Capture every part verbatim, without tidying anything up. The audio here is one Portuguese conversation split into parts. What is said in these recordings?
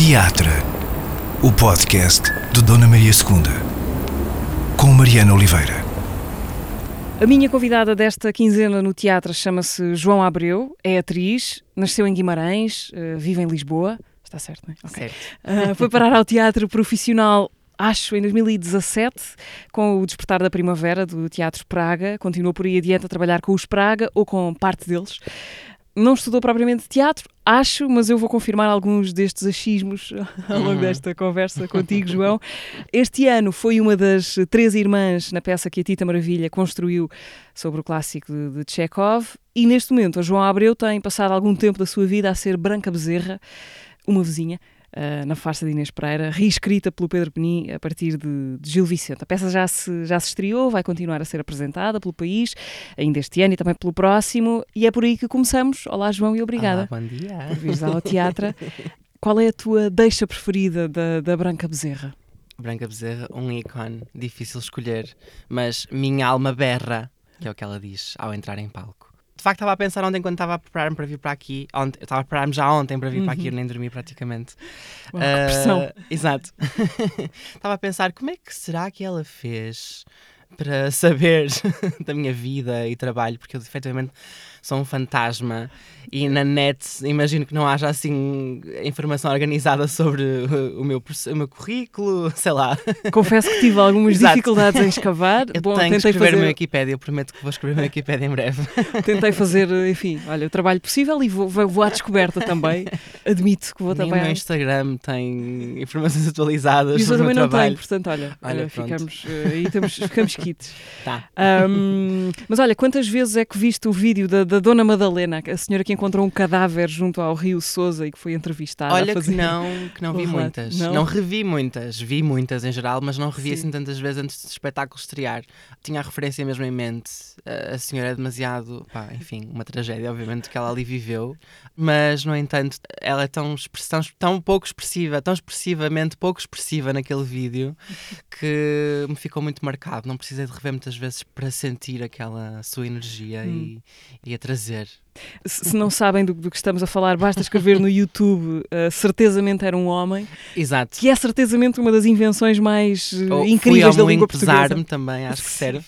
Teatro, o podcast de Dona Maria segunda, com Mariana Oliveira. A minha convidada desta quinzena no teatro chama-se João Abreu, é atriz, nasceu em Guimarães, uh, vive em Lisboa. Está certo, não é? Okay. Certo. Uh, foi parar ao teatro profissional, acho, em dois mil e dezassete, com o Despertar da Primavera, do Teatro Praga. Continuou por aí adiante a trabalhar com os Praga, ou com parte deles. Não estudou propriamente teatro, acho, mas eu vou confirmar alguns destes achismos ao longo uhum. desta conversa contigo, João. Este ano foi uma das três irmãs na peça que a Tita Maravilha construiu sobre o clássico de, de Chekhov, e neste momento a João Abreu tem passado algum tempo da sua vida a ser Branca Bezerra, uma vizinha, Uh, na farsa de Inês Pereira, reescrita pelo Pedro Penin a partir de, de Gil Vicente. A peça já se, já se estreou, vai continuar a ser apresentada pelo país, ainda este ano e também pelo próximo, e é por aí que começamos. Olá, João, e obrigada. Olá, bom dia. Por vires ao teatro. Qual é a tua deixa preferida da, da Branca Bezerra? Branca Bezerra, um ícone, difícil escolher, mas minha alma berra, que é o que ela diz ao entrar em palco. De facto, estava a pensar ontem quando estava a preparar-me para vir para aqui. Ontem, estava a preparar-me já ontem para vir uhum. para aqui, eu nem dormi praticamente. Uau, uh, que pressão. Exato. Estava a pensar, como é que será que ela fez para saber da minha vida e trabalho? Porque eu, efetivamente, sou um fantasma e na net imagino que não haja assim informação organizada sobre o meu, o meu currículo, sei lá. Confesso que tive algumas Exato. dificuldades em escavar. Eu Bom, tenho que tentei escrever fazer... na Wikipédia, eu prometo que vou escrever na Wikipédia em breve. Tentei fazer, enfim, olha, o trabalho possível e vou, vou à descoberta também. Admito que vou Nem também... o meu Instagram tem informações atualizadas e sobre o meu também não trabalho. Tem, portanto, olha, olha ficamos, aí estamos, ficamos quites. Tá. Um, mas olha, quantas vezes é que viste o vídeo da, da Dona Madalena, a senhora que encontrou um cadáver junto ao Rio Sousa e que foi entrevistada? Olha a fazer... que não, que não vi muitas. Não? não revi muitas, vi muitas em geral, mas não revi Sim. assim tantas vezes antes do espetáculo estrear. Tinha a referência mesmo em mente. A senhora é demasiado, pá, enfim, uma tragédia, obviamente, que ela ali viveu, mas, no entanto, ela é tão, tão, tão pouco expressiva, tão expressivamente pouco expressiva naquele vídeo, que me ficou muito marcado. Não precisei de rever muitas vezes para sentir aquela sua energia hum. e, e a trazer. Se não sabem do, do que estamos a falar, basta escrever no YouTube uh, Certezamente Era um Homem. Exato. Que é certezamente uma das invenções mais uh, Ou incríveis da fui língua portuguesa. Pesar-me também, acho que serve.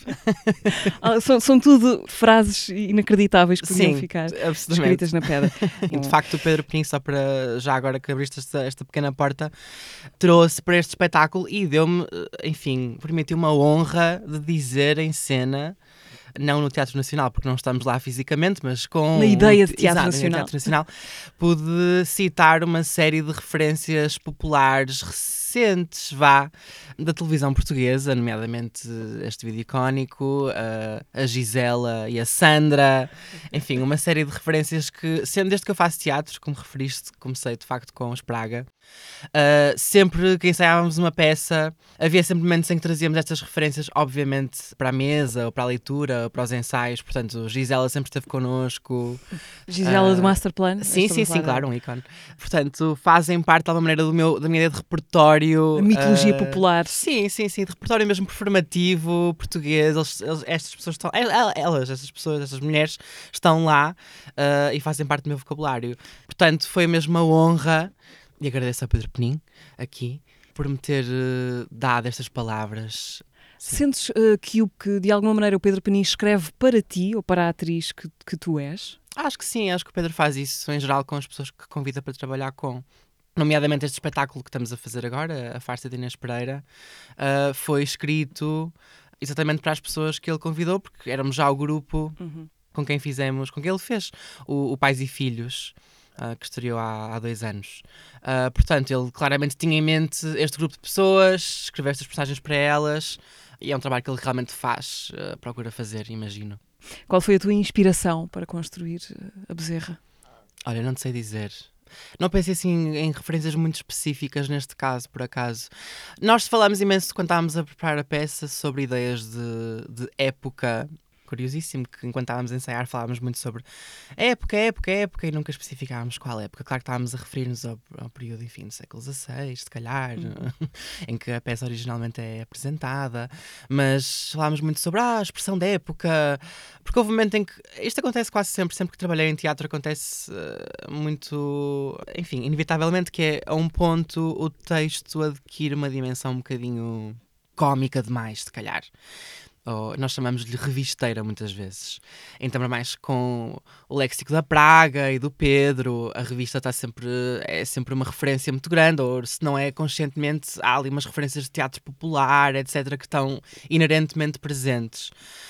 são, são tudo frases inacreditáveis que podiam Sim, ficar absolutamente. escritas na pedra. E de facto o Pedro Penin, só para já agora que abriste esta, esta pequena porta, trouxe para este espetáculo e deu-me, enfim, permitiu uma honra de dizer em cena, não no Teatro Nacional, porque não estamos lá fisicamente, mas com... Na ideia de Teatro Exato, Nacional. Teatro Nacional, pude citar uma série de referências populares recentes, vá, da televisão portuguesa, nomeadamente este vídeo icónico, uh, a Gisela e a Sandra, enfim, uma série de referências que, sendo desde que eu faço teatro, como referiste, comecei de facto com os Praga, uh, sempre que ensaiávamos uma peça, havia sempre momentos em que trazíamos estas referências, obviamente, para a mesa, ou para a leitura, ou para os ensaios, portanto, Gisela sempre esteve connosco. Gisela uh, do Masterplan? Sim, sim, sim, claro, um ícone. Portanto, fazem parte de alguma maneira do meu, da minha ideia de repertório. A mitologia uh, popular. Sim, sim, sim, de repertório mesmo performativo, português. Eles, eles, estas pessoas estão, elas, estas pessoas, estas mulheres estão lá uh, e fazem parte do meu vocabulário. Portanto, foi mesmo uma honra, e agradeço ao Pedro Penin, aqui, por me ter uh, dado estas palavras. Sim. Sentes uh, que, o, que, de alguma maneira, o Pedro Penin escreve para ti ou para a atriz que, que tu és? Acho que sim, acho que o Pedro faz isso, em geral, com as pessoas que convida para trabalhar com. Nomeadamente este espetáculo que estamos a fazer agora, a farsa de Inês Pereira, uh, foi escrito exatamente para as pessoas que ele convidou, porque éramos já o grupo uhum. com quem fizemos, com quem ele fez o, o Pais e Filhos, uh, que estreou há, há dois anos. Uh, portanto, ele claramente tinha em mente este grupo de pessoas, escrever estas personagens para elas, e é um trabalho que ele realmente faz, uh, procura fazer, imagino. Qual foi a tua inspiração para construir a Bezerra? Olha, não te sei dizer. Não pensei assim em referências muito específicas neste caso, por acaso. Nós falamos imenso quando estávamos a preparar a peça sobre ideias de, de época, curiosíssimo que enquanto estávamos a ensaiar falávamos muito sobre época, época, época e nunca especificávamos qual época. Claro que estávamos a referir-nos ao, ao período, enfim, do século dezasseis, se calhar, uhum. em que a peça originalmente é apresentada, mas falávamos muito sobre ah, a expressão da época, porque houve um momento em que, isto acontece quase sempre, sempre que trabalhei em teatro acontece uh, muito, enfim, inevitavelmente que é a um ponto o texto adquire uma dimensão um bocadinho cómica demais, se calhar. Ou nós chamamos-lhe revisteira muitas vezes. Então, mais com o léxico da Praga e do Pedro, a revista está sempre, é sempre uma referência muito grande, ou se não é conscientemente, há ali umas referências de teatro popular, etcétera, que estão inerentemente presentes.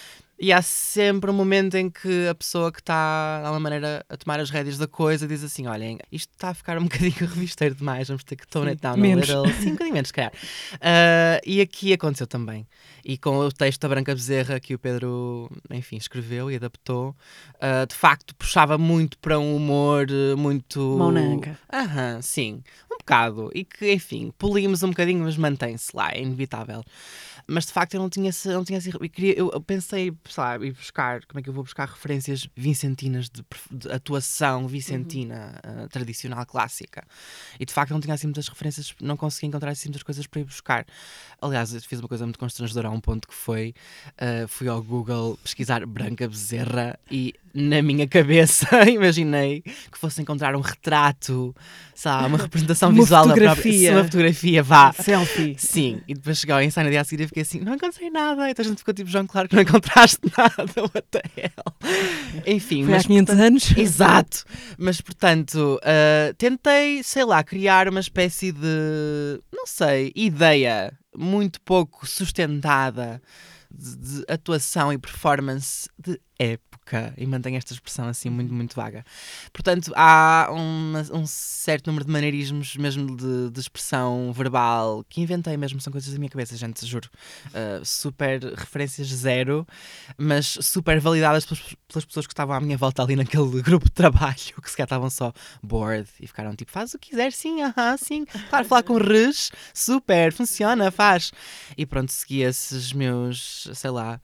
E há sempre um momento em que a pessoa que está, de alguma maneira, a tomar as rédeas da coisa diz assim, olhem, isto está a ficar um bocadinho revisteiro demais, vamos ter que tone it down menos. a little. Sim, um bocadinho menos, se calhar. Uh, e aqui aconteceu também. E com o texto da Branca Bezerra que o Pedro, enfim, escreveu e adaptou, uh, de facto puxava muito para um humor muito... Mão na anca. Aham, sim, um bocado. E que, enfim, polimos um bocadinho, mas mantém-se lá, é inevitável. Mas de facto eu não tinha, não tinha eu, queria, eu pensei, sabe, ir buscar, como é que eu vou buscar referências vincentinas de, de atuação vicentina, uhum. uh, tradicional, clássica. E de facto eu não tinha assim muitas referências, não consegui encontrar assim muitas coisas para ir buscar. Aliás, eu fiz uma coisa muito constrangedora a um ponto que foi, uh, fui ao Google pesquisar Branca Bezerra e na minha cabeça imaginei que fosse encontrar um retrato, sabe, uma representação uma visual fotografia. da própria... Uma fotografia, vá. Selfie. Sim, e depois chegou ao ensaio no dia a seguir e fiquei assim, não encontrei nada. Então a gente ficou tipo, João, claro que não encontraste nada, what the hell. Enfim. Foi mas, há quinhentos portanto, anos. Exato. Mas, portanto, uh, tentei, sei lá, criar uma espécie de, não sei, ideia muito pouco sustentada de, de atuação e performance de época, e mantenho esta expressão assim muito, muito vaga. Portanto, há uma, um certo número de maneirismos mesmo de, de expressão verbal que inventei mesmo, são coisas da minha cabeça, gente, juro. Uh, super referências zero, mas super validadas pelas, pelas pessoas que estavam à minha volta ali naquele grupo de trabalho, que se calhar estavam só bored e ficaram tipo, faz o que quiser, sim, aham, sim. Claro, falar com res, super, funciona, faz. E pronto, segui esses meus, sei lá,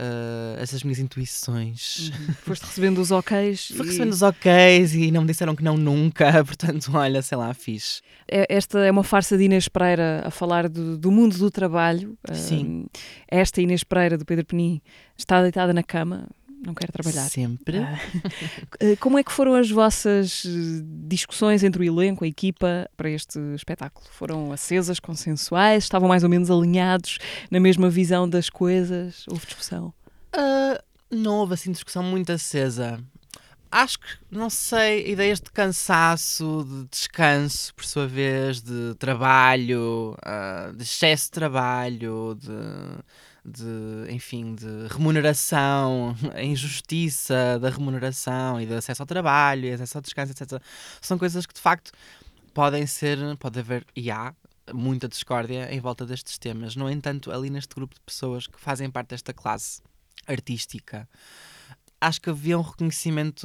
uh, essas minhas intuições. Uhum. Foste recebendo os ok's. Fui e... recebendo os ok's e não me disseram que não nunca, portanto, olha, sei lá, fiz. Esta é uma farsa de Inês Pereira a falar do, do mundo do trabalho. Sim. Um, esta Inês Pereira, do Pedro Penin, está deitada na cama, não quer trabalhar. Sempre. Uh, como é que foram as vossas discussões entre o elenco, a equipa, para este espetáculo? Foram acesas, consensuais? Estavam mais ou menos alinhados na mesma visão das coisas? Houve discussão? Uh, não houve assim discussão muito acesa. Acho que, não sei, ideias de cansaço, de descanso, por sua vez, de trabalho, uh, de excesso de trabalho, de, de, enfim, de remuneração, a injustiça da remuneração e de acesso ao trabalho e acesso ao descanso, etcétera. São coisas que, de facto, podem ser, pode haver, e há, muita discórdia em volta destes temas. No entanto, ali neste grupo de pessoas que fazem parte desta classe artística, acho que havia um reconhecimento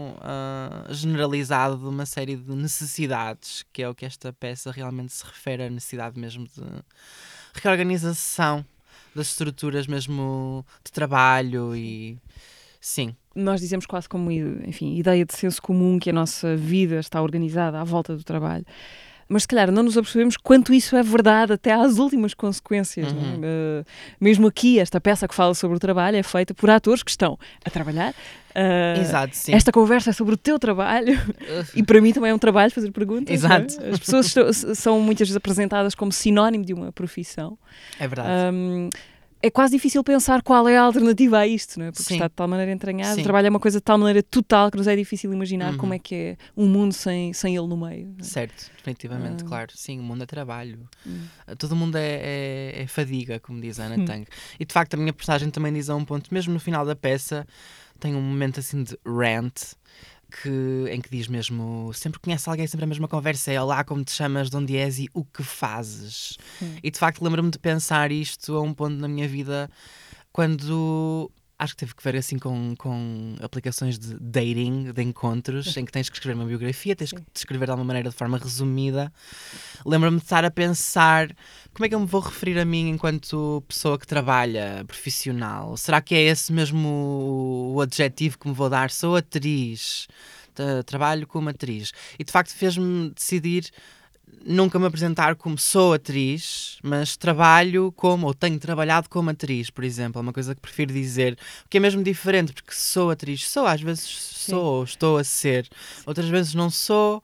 uh, generalizado de uma série de necessidades, que é o que esta peça realmente se refere, a necessidade mesmo de reorganização das estruturas mesmo de trabalho e... Sim. Nós dizemos quase como, enfim, ideia de senso comum que a nossa vida está organizada à volta do trabalho. Mas se calhar não nos apercebemos quanto isso é verdade até às últimas consequências. Uhum. Não é? Uh, mesmo aqui, esta peça que fala sobre o trabalho é feita por atores que estão a trabalhar. Uh, Exato, sim. Esta conversa é sobre o teu trabalho e para mim também é um trabalho fazer perguntas. Exato. É? As pessoas estão, são muitas vezes apresentadas como sinónimo de uma profissão. É verdade. Um, É quase difícil pensar qual é a alternativa a isto, não é? Porque Sim. está de tal maneira entranhado. Sim. O trabalho é uma coisa de tal maneira total que nos é difícil imaginar Uhum. como é que é um mundo sem, sem ele no meio. Não é? Certo, definitivamente, Ah. claro. Sim, o mundo é trabalho. Hum. Todo mundo é, é, é fadiga, como diz a Ana Hum. Tang. E de facto a minha personagem também diz a um ponto, mesmo no final da peça, tem um momento assim de rant, que, em que diz mesmo, sempre que conhece alguém, sempre a mesma conversa, é olá, como te chamas, de onde és e o que fazes. Hum. E de facto lembro-me de pensar isto a um ponto na minha vida, quando acho que teve que ver assim com, com aplicações de dating, de encontros, em que tens que escrever uma biografia, tens que descrever de alguma maneira de forma resumida. Lembro-me de estar a pensar como é que eu me vou referir a mim enquanto pessoa que trabalha, profissional. Será que é esse mesmo o, o adjetivo que me vou dar? Sou atriz, tra- trabalho como atriz. E de facto fez-me decidir nunca me apresentar como sou atriz, mas trabalho como, ou tenho trabalhado como atriz, por exemplo. É uma coisa que prefiro dizer, que é mesmo diferente, porque sou atriz, sou, às vezes sou, ou estou a ser, outras vezes não sou,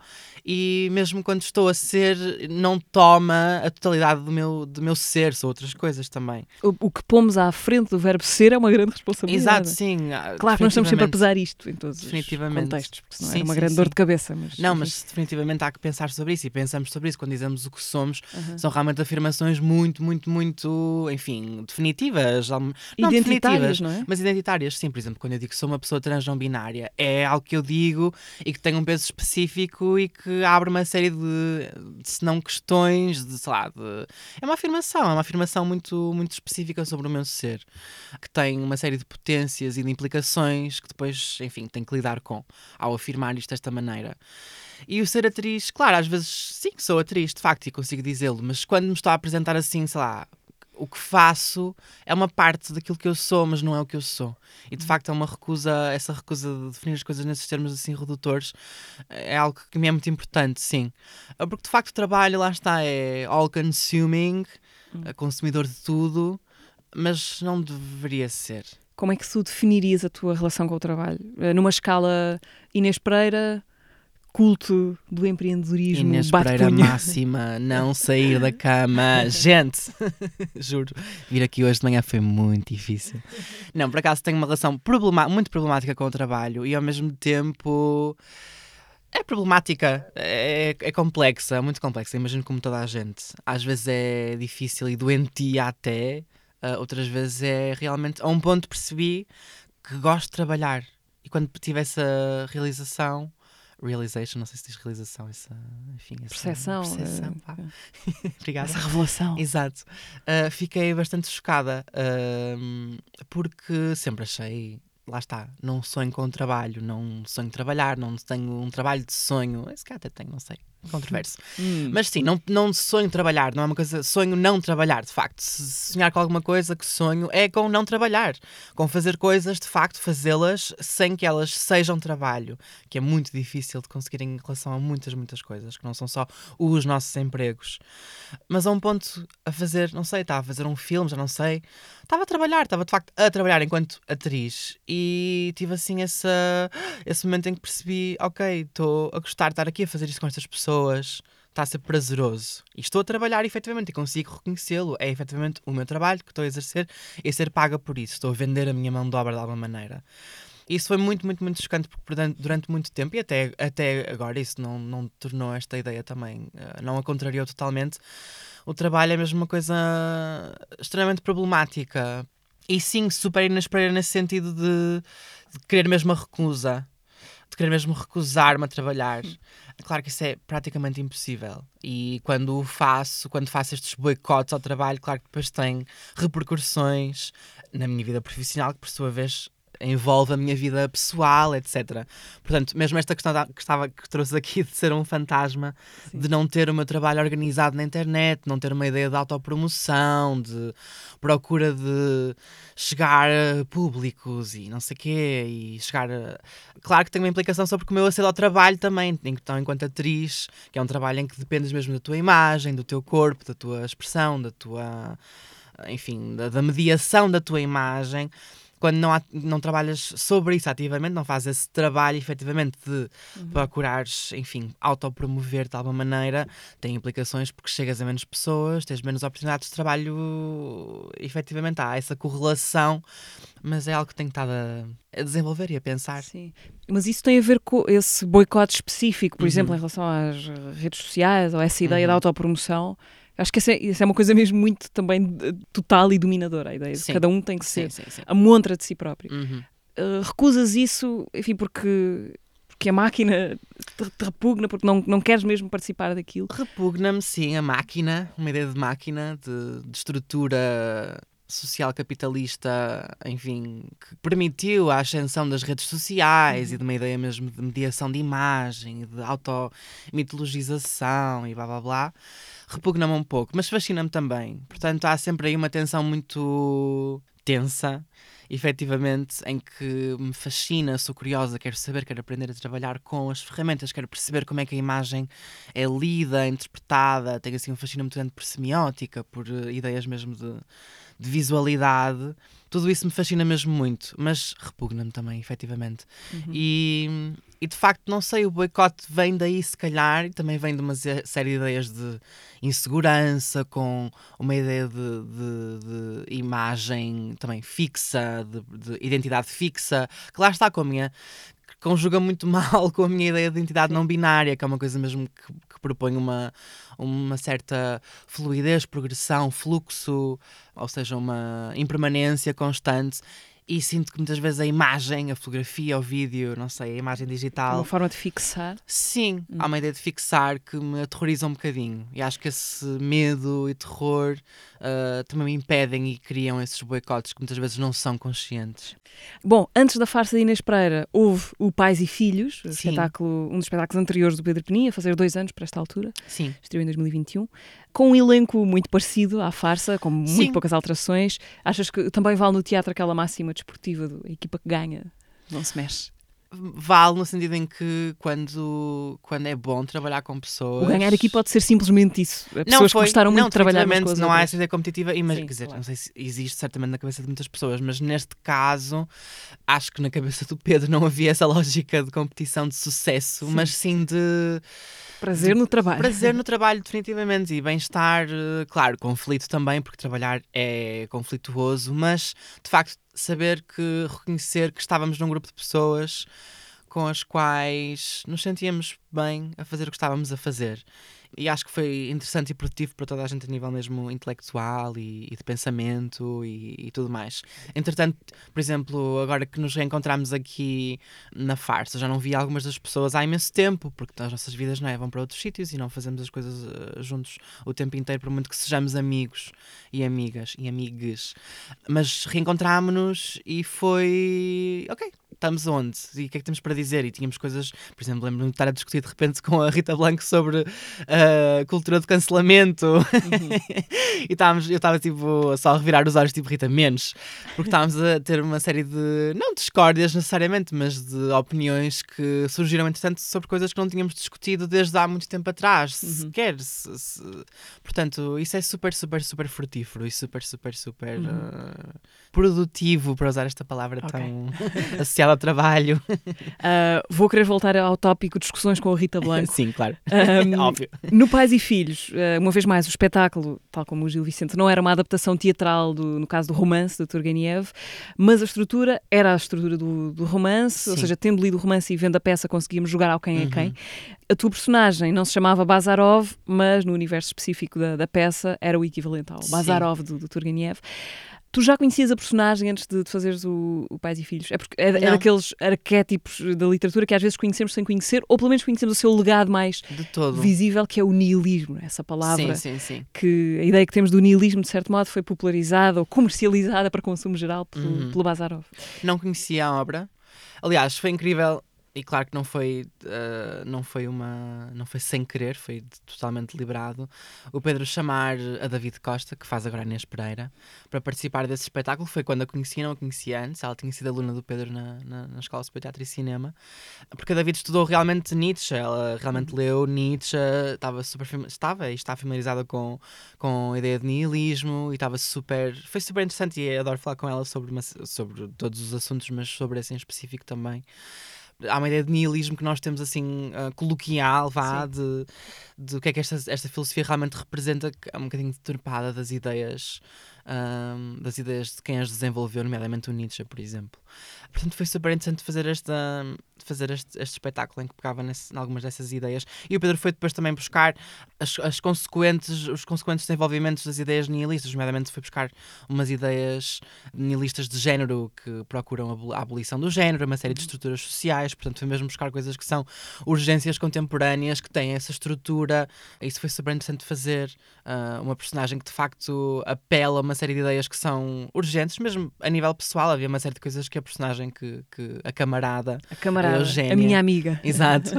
e mesmo quando estou a ser, não toma a totalidade do meu, do meu ser, sou outras coisas também. O, o que pomos à frente do verbo ser é uma grande responsabilidade. Exato, sim. Claro que nós estamos sempre a pesar isto em todos os contextos, porque senão Sim, era uma sim, grande sim. dor de cabeça. Mas, Não, enfim. mas definitivamente há que pensar sobre isso, e pensamos sobre isso quando dizemos o que somos. Uhum. São realmente afirmações muito, muito, muito, enfim, definitivas. Não Identitárias, definitivas, não é? mas identitárias, sim. Por exemplo, quando eu digo que sou uma pessoa trans não binária, é algo que eu digo e que tem um peso específico e que abre uma série de, de se não questões, de, sei lá, de... é uma afirmação, é uma afirmação muito, muito específica sobre o meu ser, que tem uma série de potências e de implicações que depois, enfim, tenho que lidar com ao afirmar isto desta maneira. E o ser atriz, claro, às vezes sim, sou atriz, de facto, e consigo dizê-lo, mas quando me estou a apresentar assim, sei lá, o que faço é uma parte daquilo que eu sou, mas não é o que eu sou. E de facto é uma recusa, essa recusa de definir as coisas nesses termos assim redutores, é algo que me é muito importante, sim. Porque de facto o trabalho, lá está, é all-consuming, é consumidor de tudo, mas não deveria ser. Como é que tu definirias a tua relação com o trabalho? Eh, Numa escala Inês Pereira, culto do empreendedorismo, Inês bate Pereira punho. máxima, não sair da cama. Gente, juro, vir aqui hoje de manhã foi muito difícil. Não, por acaso tenho uma relação problema- muito problemática com o trabalho e ao mesmo tempo é problemática, é, é complexa, muito complexa, imagino como toda a gente. Às vezes é difícil e doentia até, uh, outras vezes é realmente, a um ponto percebi que gosto de trabalhar e quando tive essa realização, realization, não sei se diz realização, essa, enfim, essa Percepção. percepção, eh, pá. Obrigada. Essa revelação. Exato. Uh, fiquei bastante chocada uh, porque sempre achei, lá está, não sonho com o trabalho, não sonho trabalhar, não tenho um trabalho de sonho, esse cá até tenho, não sei, controverso. Hum. Mas sim, não, não sonho trabalhar, não é uma coisa, sonho não trabalhar, de facto. Se sonhar com alguma coisa que sonho é com não trabalhar, com fazer coisas, de facto, fazê-las sem que elas sejam trabalho, que é muito difícil de conseguir em relação a muitas, muitas coisas, que não são só os nossos empregos. Mas a um ponto a fazer, não sei, estava a fazer um filme, já não sei, estava a trabalhar, estava de facto a trabalhar enquanto atriz e tive assim essa, esse momento em que percebi, ok, estou a gostar de estar aqui a fazer isto com estas pessoas, está a ser prazeroso e estou a trabalhar efetivamente e consigo reconhecê-lo, é efetivamente o meu trabalho que estou a exercer e a ser paga por isso, estou a vender a minha mão de obra de alguma maneira. E isso foi muito, muito, muito chocante porque durante, durante muito tempo e até, até agora isso não, não tornou esta ideia também, uh, não a contrariou totalmente. O trabalho é mesmo uma coisa extremamente problemática e sim, super inesperada nesse sentido de, de querer mesmo a recusa, de querer mesmo recusar-me a trabalhar. Claro que isso é praticamente impossível e quando o faço, quando faço estes boicotes ao trabalho, claro que depois tem repercussões na minha vida profissional que por sua vez envolve a minha vida pessoal, etcétera. Portanto, mesmo esta questão da, que, estava, que trouxe aqui de ser um fantasma, sim, de não ter o meu trabalho organizado na internet, não ter uma ideia de autopromoção, de procura de chegar a públicos e não sei o quê, e chegar a... Claro que tem uma implicação sobre como eu acedo ao trabalho também, então enquanto atriz, que é um trabalho em que dependes mesmo da tua imagem, do teu corpo, da tua expressão, da tua... enfim, da, da mediação da tua imagem. Quando não, há, não trabalhas sobre isso ativamente, não fazes esse trabalho efetivamente de uhum. procurares, enfim, autopromover de alguma maneira, tem implicações porque chegas a menos pessoas, tens menos oportunidades de trabalho, efetivamente há essa correlação, mas é algo que tenho estado a, a desenvolver e a pensar. Sim, mas isso tem a ver com esse boicote específico, por uhum. exemplo, em relação às redes sociais ou essa ideia uhum. da autopromoção. Acho que isso é, isso é uma coisa mesmo muito também total e dominadora, a ideia de que cada um tem que ser sim, sim, sim. a montra de si próprio. Uhum. Uh, recusas isso, enfim, porque, porque a máquina te, te repugna, porque não, não queres mesmo participar daquilo? Repugna-me, sim, a máquina, uma ideia de máquina, de, de estrutura social capitalista, enfim, que permitiu a ascensão das redes sociais, uhum, e de uma ideia mesmo de mediação de imagem, de auto-mitologização e blá blá blá, repugna-me um pouco, mas fascina-me também. Portanto, há sempre aí uma tensão muito tensa, efetivamente, em que me fascina, sou curiosa, quero saber, quero aprender a trabalhar com as ferramentas, quero perceber como é que a imagem é lida, interpretada, tenho assim um fascínio muito grande por semiótica, por uh, ideias mesmo de, de visualidade. Tudo isso me fascina mesmo muito, mas repugna-me também, efetivamente. Uhum. E, e de facto, não sei, o boicote vem daí, se calhar, e também vem de uma série de ideias de insegurança, com uma ideia de, de, de imagem também fixa, de, de identidade fixa, que lá está com a minha... conjuga muito mal com a minha ideia de identidade, sim, não binária, que é uma coisa mesmo que, que propõe uma, uma certa fluidez, progressão, fluxo, ou seja, uma impermanência constante. E sinto que muitas vezes a imagem, a fotografia, o vídeo, não sei, a imagem digital... É uma forma de fixar. Sim, hum. há uma ideia de fixar que me aterroriza um bocadinho. E acho que esse medo e terror uh, também me impedem e criam esses boicotes que muitas vezes não são conscientes. Bom, antes da farsa de Inês Pereira, houve o Pais e Filhos, o espetáculo, um dos espetáculos anteriores do Pedro Peninha, a fazer dois anos para esta altura. Sim. Estreou em dois mil e vinte e um. Com um elenco muito parecido à farsa, com muito Sim. poucas alterações. Achas que também vale no teatro aquela máxima desportiva da equipa que ganha não se mexe? Vale no sentido em que quando, quando é bom trabalhar com pessoas... O ganhar aqui pode ser simplesmente isso. Pessoas não foi, que gostaram muito não, de trabalhar umas com as não outras. há essa ideia competitiva, mas, Sim, quer dizer, claro. não sei se existe certamente na cabeça de muitas pessoas, mas neste caso acho que na cabeça do Pedro não havia essa lógica de competição, de sucesso, sim, mas sim de... Prazer no trabalho. Prazer no trabalho, definitivamente, e bem-estar, claro, conflito também, porque trabalhar é conflituoso, mas de facto saber que, reconhecer que estávamos num grupo de pessoas com as quais nos sentíamos bem a fazer o que estávamos a fazer. E acho que foi interessante e produtivo para toda a gente a nível mesmo intelectual e, e de pensamento e, e tudo mais. Entretanto, por exemplo, agora que nos reencontramos aqui na farsa, já não vi algumas das pessoas há imenso tempo, porque as nossas vidas, não é, vão para outros sítios e não fazemos as coisas uh, juntos o tempo inteiro, por muito que sejamos amigos e amigas e amigues. Mas reencontrámos-nos e foi... ok, estamos onde? E o que é que temos para dizer? E tínhamos coisas, por exemplo, lembro-me de estar a discutir de repente com a Rita Blanco sobre a uh, cultura de cancelamento. Uhum. E estávamos, eu estava tipo só a revirar os olhos, tipo, Rita, menos. Porque estávamos a ter uma série de, não discórdias necessariamente, mas de opiniões que surgiram, entretanto, sobre coisas que não tínhamos discutido desde há muito tempo atrás, uhum, sequer. Se, se... Portanto, isso é super, super, super frutífero e super, super, super uhum. uh, produtivo, para usar esta palavra okay. tão associada ao trabalho. Uh, vou querer voltar ao tópico de discussões com a Rita Blanco. Sim, claro. Um, Óbvio. No Pais e Filhos, uh, uma vez mais, o espetáculo, tal como o Gil Vicente, não era uma adaptação teatral, do, no caso do romance do Turgenev, mas a estrutura era a estrutura do, do romance, sim, ou seja, tendo lido o romance e vendo a peça conseguíamos jogar ao quem é quem. Uhum. A tua personagem não se chamava Bazarov, mas no universo específico da, da peça era o equivalente ao, sim, Bazarov do, do Turgenev. Tu já conhecias a personagem antes de, de fazeres o, o Pais e Filhos? É porque é, é daqueles arquétipos da literatura que às vezes conhecemos sem conhecer, ou pelo menos conhecemos o seu legado mais visível, que é o nihilismo, essa palavra. Sim, sim, sim. Que a ideia que temos do nihilismo, de certo modo, foi popularizada ou comercializada para consumo geral pelo, uhum. pelo Bazarov. Não conhecia a obra. Aliás, foi incrível. E claro que não foi, uh, não foi uma, não foi sem querer, foi totalmente deliberado. O Pedro chamar a David Costa, que faz agora a Inês Pereira, para participar desse espetáculo. Foi quando a conheci, não a conhecia antes. Ela tinha sido aluna do Pedro na, na, na Escola Superior de Teatro e Cinema. Porque a David estudou realmente Nietzsche. Ela realmente leu Nietzsche, estava, super, estava e está familiarizada com, com a ideia de nihilismo e estava super... Foi super interessante e adoro falar com ela sobre, uma, sobre todos os assuntos, mas sobre esse em específico também. Há uma ideia de nihilismo que nós temos assim uh, coloquial, vá, de, de o que é que esta, esta filosofia realmente representa, que é um bocadinho deturpada das ideias, um, das ideias de quem as desenvolveu, nomeadamente o Nietzsche, por exemplo. Portanto, foi super interessante fazer, esta, fazer este, este espetáculo em que pegava nesse, em algumas dessas ideias. E o Pedro foi depois também buscar as, as consequentes, os consequentes desenvolvimentos das ideias nihilistas, nomeadamente foi buscar umas ideias nihilistas de género que procuram a abolição do género, uma série de estruturas sociais. Portanto, foi mesmo buscar coisas que são urgências contemporâneas, que têm essa estrutura. Isso foi super interessante fazer. Uh, uma personagem que de facto apela a uma série de ideias que são urgentes, mesmo a nível pessoal. Havia uma série de coisas que a personagem, que, que a camarada, A camarada, a Eugénia, a minha amiga. exato,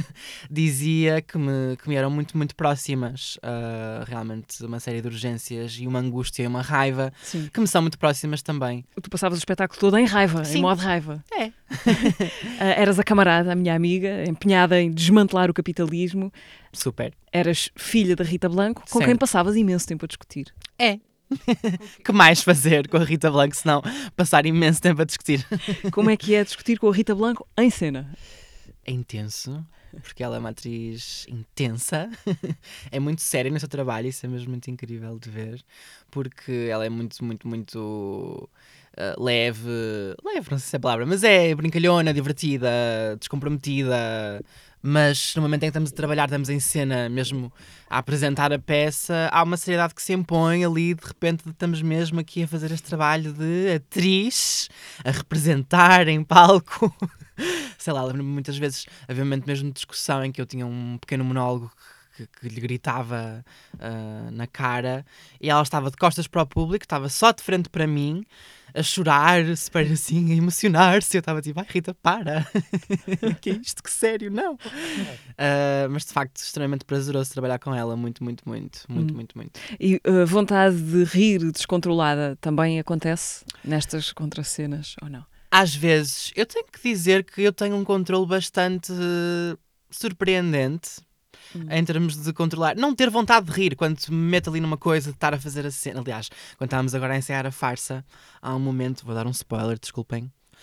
dizia que me, que me eram muito, muito próximas. Uh, realmente uma série de urgências e uma angústia e uma raiva Sim. que me são muito próximas também. Tu passavas o espetáculo todo em raiva, Sim. em modo raiva. É. Uh, eras a camarada, a minha amiga, empenhada em desmantelar o capitalismo. Super. Eras filha da Rita Blanco, com Certo. quem passavas imenso tempo a discutir. É. Que mais fazer com a Rita Blanco senão passar imenso tempo a discutir? Como é que é discutir com a Rita Blanco em cena? É intenso, porque ela é uma atriz intensa, é muito séria no seu trabalho, isso é mesmo muito incrível de ver, porque ela é muito, muito, muito uh, leve, leve, não sei se é a palavra, mas é brincalhona, divertida, descomprometida. Mas no momento em que estamos a trabalhar, estamos em cena mesmo a apresentar a peça, há uma seriedade que se impõe ali, de repente estamos mesmo aqui a fazer este trabalho de atriz, a representar em palco. Sei lá, lembro-me muitas vezes, havia um momento mesmo de discussão em que eu tinha um pequeno monólogo que, que lhe gritava uh, na cara, e ela estava de costas para o público, estava só de frente para mim, a chorar, super assim, a emocionar-se. Eu estava tipo, ai Rita, para! Que é isto? Que sério? Não! Uh, mas de facto, extremamente prazeroso trabalhar com ela. Muito, muito, muito. Muito, Hum. muito, muito. E a uh, vontade de rir descontrolada também acontece nestas contracenas, ou não? Às vezes, eu tenho que dizer que eu tenho um controle bastante surpreendente. Hum. Em termos de controlar, não ter vontade de rir quando me meto ali numa coisa de estar a fazer a cena. Aliás, quando estávamos agora a ensaiar a farsa, há um momento, vou dar um spoiler, desculpem,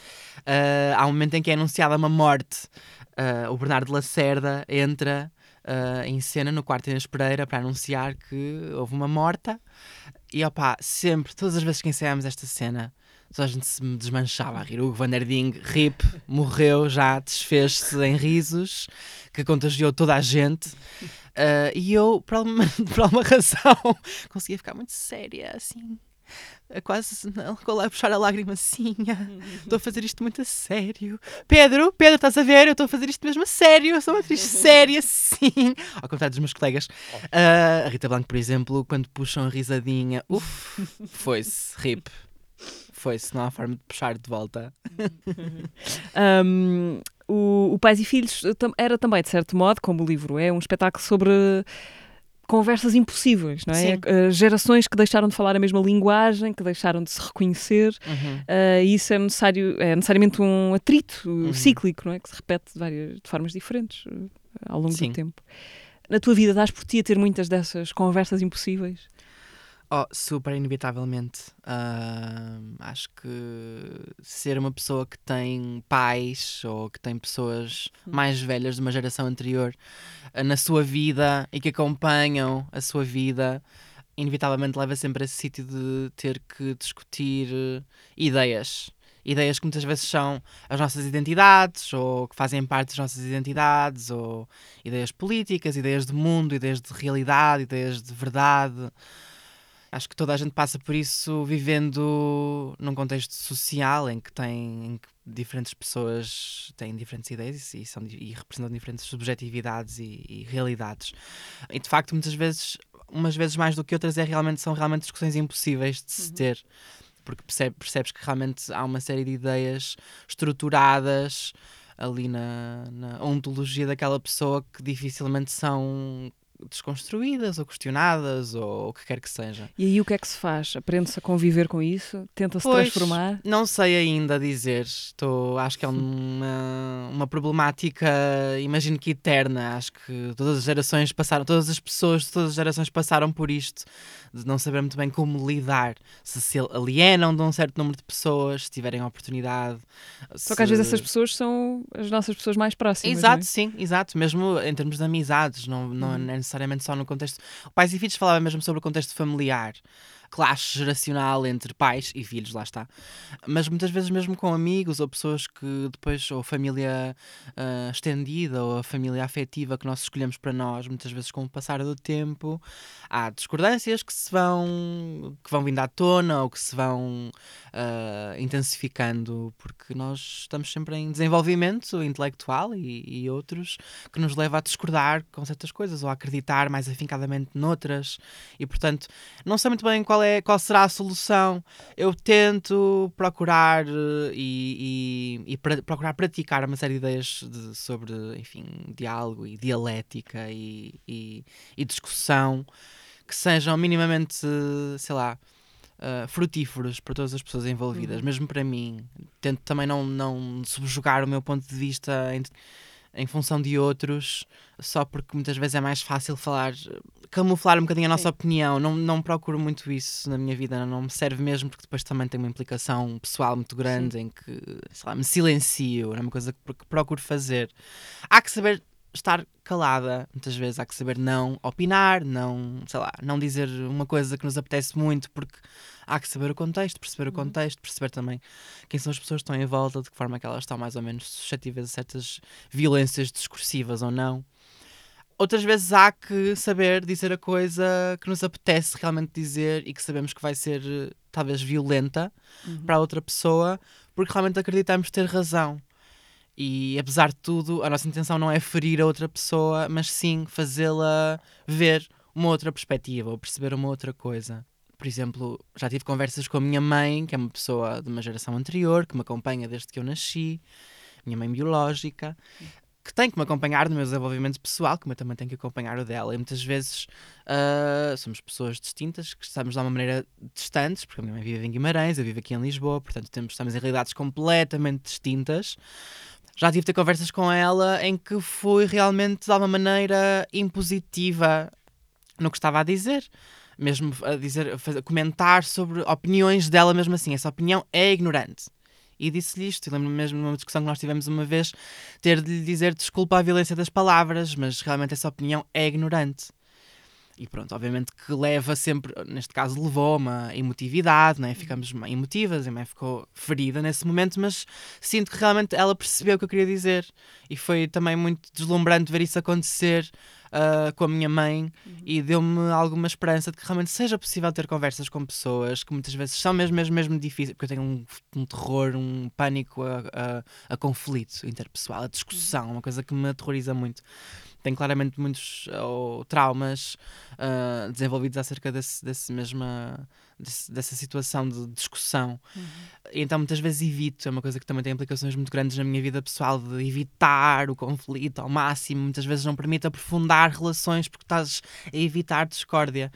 uh, há um momento em que é anunciada uma morte. Uh, o Bernardo Lacerda entra uh, em cena no quarto Inês Pereira para anunciar que houve uma morta, e opá, sempre, todas as vezes que ensaiámos esta cena, toda a gente se desmanchava a rir. O Hugo Van der Ding, R I P, morreu já, desfez-se em risos, que contagiou toda a gente. Uh, e eu, por alguma, por alguma razão, conseguia ficar muito séria, assim, quase a puxar a lágrima assim. Estou a fazer isto muito a sério. Pedro, Pedro, estás a ver? Eu estou a fazer isto mesmo a sério. Eu sou uma atriz séria, sim. Ao contrário dos meus colegas. Uh, a Rita Blanco, por exemplo, quando puxam a risadinha, uff, foi-se, R I P. Foi-se, não há forma de puxar de volta. um, o, o Pais e Filhos era também, de certo modo, como o livro é, um espetáculo sobre conversas impossíveis, não é? Uh, gerações que deixaram de falar a mesma linguagem, que deixaram de se reconhecer. Uhum. Uh, e isso é, necessário, é necessariamente um atrito uhum. cíclico, não é? Que se repete de, várias, de formas diferentes uh, ao longo Sim. do tempo. Na tua vida, dás por ti a ter muitas dessas conversas impossíveis? Oh, super inevitavelmente. Uh, acho que ser uma pessoa que tem pais ou que tem pessoas mais velhas de uma geração anterior uh, na sua vida e que acompanham a sua vida, inevitavelmente leva sempre a esse sítio de ter que discutir uh, ideias. Ideias que muitas vezes são as nossas identidades, ou que fazem parte das nossas identidades, ou ideias políticas, ideias de mundo, ideias de realidade, ideias de verdade. Acho que toda a gente passa por isso vivendo num contexto social em que, tem, em que diferentes pessoas têm diferentes ideias e, são, e representam diferentes subjetividades e, e realidades. E de facto, muitas vezes, umas vezes mais do que outras, é realmente, são realmente discussões impossíveis de se ter. Porque percebe, percebes que realmente há uma série de ideias estruturadas ali na, na ontologia daquela pessoa que dificilmente são desconstruídas ou questionadas ou o que quer que seja. E aí o que é que se faz? Aprende-se a conviver com isso? Tenta-se Pois, transformar? Não sei ainda dizer. Estou, acho que é uma, uma problemática, imagino que eterna. Acho que todas as gerações passaram, todas as pessoas de todas as gerações passaram por isto, de não saber muito bem como lidar, se se alienam de um certo número de pessoas, se tiverem a oportunidade. Só se... que às vezes essas pessoas são as nossas pessoas mais próximas. Exato, não é? sim, exato. Mesmo em termos de amizades, não, não Uhum. é necessariamente só no contexto. O Pais e Filhos falava mesmo sobre o contexto familiar, classe geracional entre pais e filhos, lá está. Mas muitas vezes mesmo com amigos ou pessoas que depois, ou família uh, estendida ou a família afetiva que nós escolhemos para nós, muitas vezes com o passar do tempo há discordâncias que se vão que vão vindo à tona ou que se vão uh, intensificando, porque nós estamos sempre em desenvolvimento intelectual e, e outros que nos leva a discordar com certas coisas ou a acreditar mais afincadamente noutras, e portanto não sei muito bem qual qual, é, qual será a solução. Eu tento procurar uh, e, e, e pra, procurar praticar uma série de ideias de, sobre, enfim, diálogo e dialética e, e, e discussão que sejam minimamente, sei lá, Uh, frutíferos para todas as pessoas envolvidas, uhum. mesmo para mim. Tento também não, não subjugar o meu ponto de vista em, em função de outros, só porque muitas vezes é mais fácil falar, camuflar um bocadinho a nossa Sim. opinião. Não, não procuro muito isso na minha vida, não me serve mesmo, porque depois também tem uma implicação pessoal muito grande Sim. em que, sei lá, me silencio, é uma coisa que, que procuro fazer. Há que saber estar calada, muitas vezes há que saber não opinar, não, sei lá, não dizer uma coisa que nos apetece muito, porque há que saber o contexto, perceber o contexto, perceber também quem são as pessoas que estão em volta, de que forma é que elas estão mais ou menos suscetíveis a certas violências discursivas ou não. Outras vezes há que saber dizer a coisa que nos apetece realmente dizer e que sabemos que vai ser talvez violenta uhum. para a outra pessoa, porque realmente acreditamos ter razão. E apesar de tudo, a nossa intenção não é ferir a outra pessoa, mas sim fazê-la ver uma outra perspectiva ou perceber uma outra coisa. Por exemplo, já tive conversas com a minha mãe, que é uma pessoa de uma geração anterior, que me acompanha desde que eu nasci, minha mãe biológica, que tem que me acompanhar no meu desenvolvimento pessoal, como eu também tenho que acompanhar o dela. E muitas vezes uh, somos pessoas distintas, que estamos de uma maneira distantes, porque a minha mãe vive em Guimarães, eu vivo aqui em Lisboa, portanto temos, estamos em realidades completamente distintas. Já tive de ter conversas com ela em que fui realmente de alguma maneira impositiva no que estava a dizer. Mesmo a dizer, a comentar sobre opiniões dela mesmo assim. Essa opinião é ignorante. E disse-lhe isto. Eu lembro-me mesmo numa discussão que nós tivemos uma vez, ter de lhe dizer desculpa à violência das palavras, mas realmente essa opinião é ignorante. E pronto, obviamente que leva sempre, neste caso levou a uma emotividade, né? Ficamos emotivas, a mãe ficou ferida nesse momento, mas sinto que realmente ela percebeu o que eu queria dizer. E foi também muito deslumbrante ver isso acontecer uh, com a minha mãe uhum. e deu-me alguma esperança de que realmente seja possível ter conversas com pessoas que muitas vezes são mesmo, mesmo, mesmo difíceis, porque eu tenho um, um terror, um pânico a, a, a conflito interpessoal, a discussão, uma coisa que me aterroriza muito. Tem claramente muitos oh, traumas uh, desenvolvidos acerca desse, desse mesma, desse, dessa situação de discussão. Uhum. E então muitas vezes evito, é uma coisa que também tem implicações muito grandes na minha vida pessoal, de evitar o conflito ao máximo. Muitas vezes não permite aprofundar relações porque estás a evitar discórdia.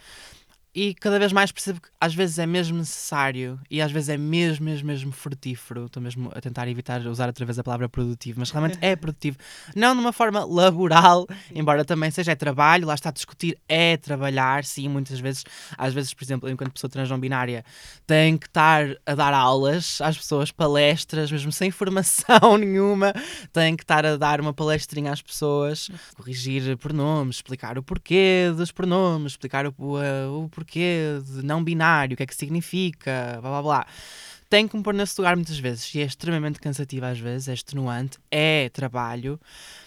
E cada vez mais percebo que às vezes é mesmo necessário e às vezes é mesmo, mesmo, mesmo frutífero. Estou mesmo a tentar evitar usar outra vez a palavra produtivo, mas realmente é produtivo. Não de uma forma laboral, embora também seja é trabalho, lá está a discutir, é trabalhar, sim, muitas vezes. Às vezes, por exemplo, enquanto pessoa trans não binária, tem que estar a dar aulas às pessoas, palestras, mesmo sem formação nenhuma, tem que estar a dar uma palestrinha às pessoas, corrigir pronomes, explicar o porquê dos pronomes, explicar o, o, o porquê de não binário, o que é que significa, blá blá blá. Tenho que me pôr nesse lugar muitas vezes e é extremamente cansativo às vezes, é extenuante, é trabalho,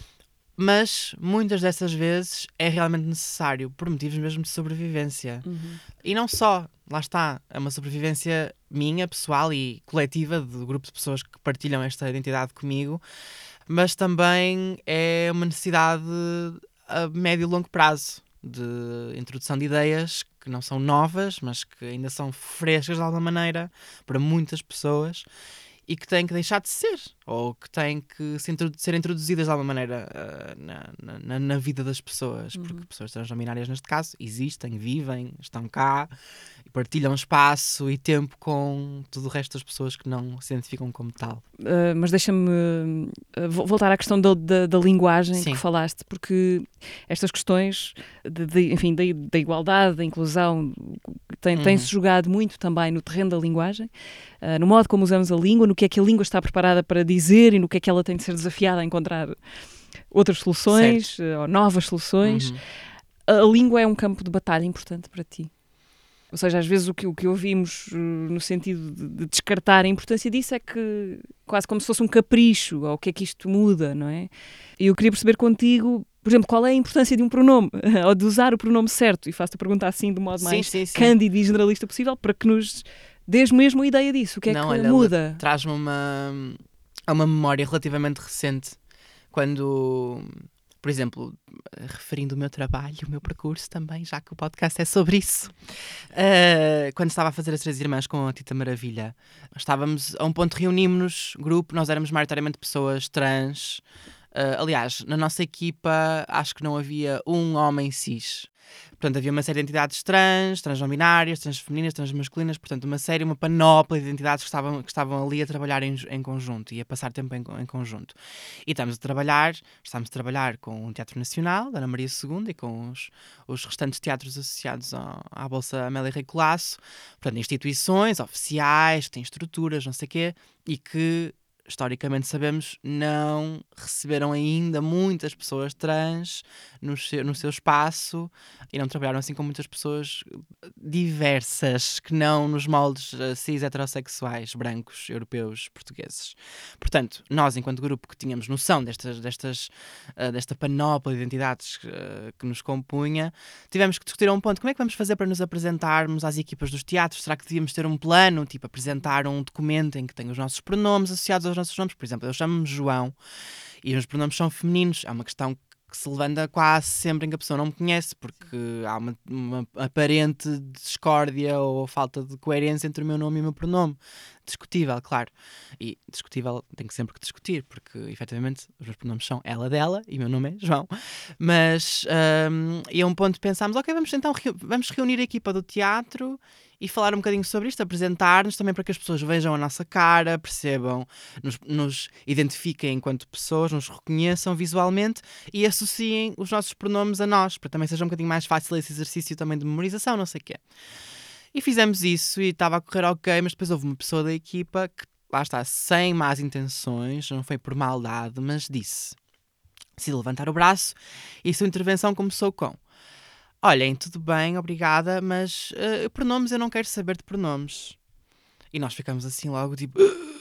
mas muitas dessas vezes é realmente necessário por motivos mesmo de sobrevivência. Uhum. E não só, lá está, é uma sobrevivência minha, pessoal e coletiva, do grupo de pessoas que partilham esta identidade comigo, mas também é uma necessidade a médio e longo prazo de introdução de ideias que não são novas, mas que ainda são frescas de alguma maneira para muitas pessoas e que têm que deixar de ser, ou que têm que se introdu- ser introduzidas de alguma maneira uh, na, na, na vida das pessoas, uhum. porque pessoas trans não binárias neste caso existem, vivem, estão cá e partilham espaço e tempo com todo o resto das pessoas que não se identificam como tal. Uh, mas deixa-me uh, voltar à questão da, da, da linguagem Sim. que falaste, porque estas questões de, de, enfim, da, da igualdade, da inclusão tem, uhum. tem-se jogado muito também no terreno da linguagem, uh, no modo como usamos a língua, no que é que a língua está preparada para dizer e no que é que ela tem de ser desafiada a encontrar outras soluções uh, ou novas soluções. Uhum. A língua é um campo de batalha importante para ti? Ou seja, às vezes o que, o que ouvimos uh, no sentido de, de descartar a importância disso é que quase como se fosse um capricho, ou o que é que isto muda, não é? E eu queria perceber contigo, por exemplo, qual é a importância de um pronome, ou de usar o pronome certo, e faço-te a pergunta assim de modo sim, mais sim, sim. cândido e generalista possível, para que nos dês mesmo a ideia disso. O que é não, que olha, muda? Traz-me uma, uma memória relativamente recente, quando Por exemplo, referindo o meu trabalho, o meu percurso também, já que o podcast é sobre isso. Uh, quando estava a fazer As Três Irmãs com a Tita Maravilha, estávamos a um ponto, reunimos-nos, grupo, nós éramos maioritariamente pessoas trans. Uh, aliás, na nossa equipa acho que não havia um homem cis. Portanto, havia uma série de entidades trans, trans não binárias, trans femininas, trans masculinas, portanto, uma série, uma panóplia de entidades que estavam, que estavam ali a trabalhar em, em conjunto e a passar tempo em, em conjunto. E estamos a trabalhar, estamos a trabalhar com o Teatro Nacional, da Ana Maria segunda, e com os, os restantes teatros associados ao, à Bolsa Amélia Rei Colasso, portanto, instituições oficiais, que têm estruturas, não sei o quê, e que historicamente sabemos, não receberam ainda muitas pessoas trans no seu, no seu espaço e não trabalharam assim com muitas pessoas diversas, que não nos moldes uh, cis heterossexuais, brancos, europeus, portugueses. Portanto, nós, enquanto grupo que tínhamos noção destas, destas, uh, desta panóplia de identidades uh, que nos compunha, tivemos que discutir a um ponto, como é que vamos fazer para nos apresentarmos às equipas dos teatros? Será que devíamos ter um plano, tipo apresentar um documento em que tem os nossos pronomes associados aos nossos nomes? Por exemplo, eu chamo-me João e os meus pronomes são femininos. É uma questão que se levanta quase sempre em que a pessoa não me conhece, porque há uma, uma aparente discórdia ou falta de coerência entre o meu nome e o meu pronome. Discutível, claro. E discutível tem que sempre que discutir, porque efetivamente os meus pronomes são ela dela e o meu nome é João. Mas um, e a um ponto pensámos, ok, vamos então reu- vamos reunir a equipa do teatro e falar um bocadinho sobre isto, apresentar-nos também para que as pessoas vejam a nossa cara, percebam, nos, nos identifiquem enquanto pessoas, nos reconheçam visualmente e associem os nossos pronomes a nós, para também seja um bocadinho mais fácil esse exercício também de memorização, não sei o quê. E fizemos isso e estava a correr ok, mas depois houve uma pessoa da equipa que, lá está, sem más intenções, não foi por maldade, mas disse, se levantar o braço, e a sua intervenção começou com: olhem, tudo bem, obrigada, mas uh, pronomes eu não quero saber de pronomes. E nós ficamos assim logo tipo,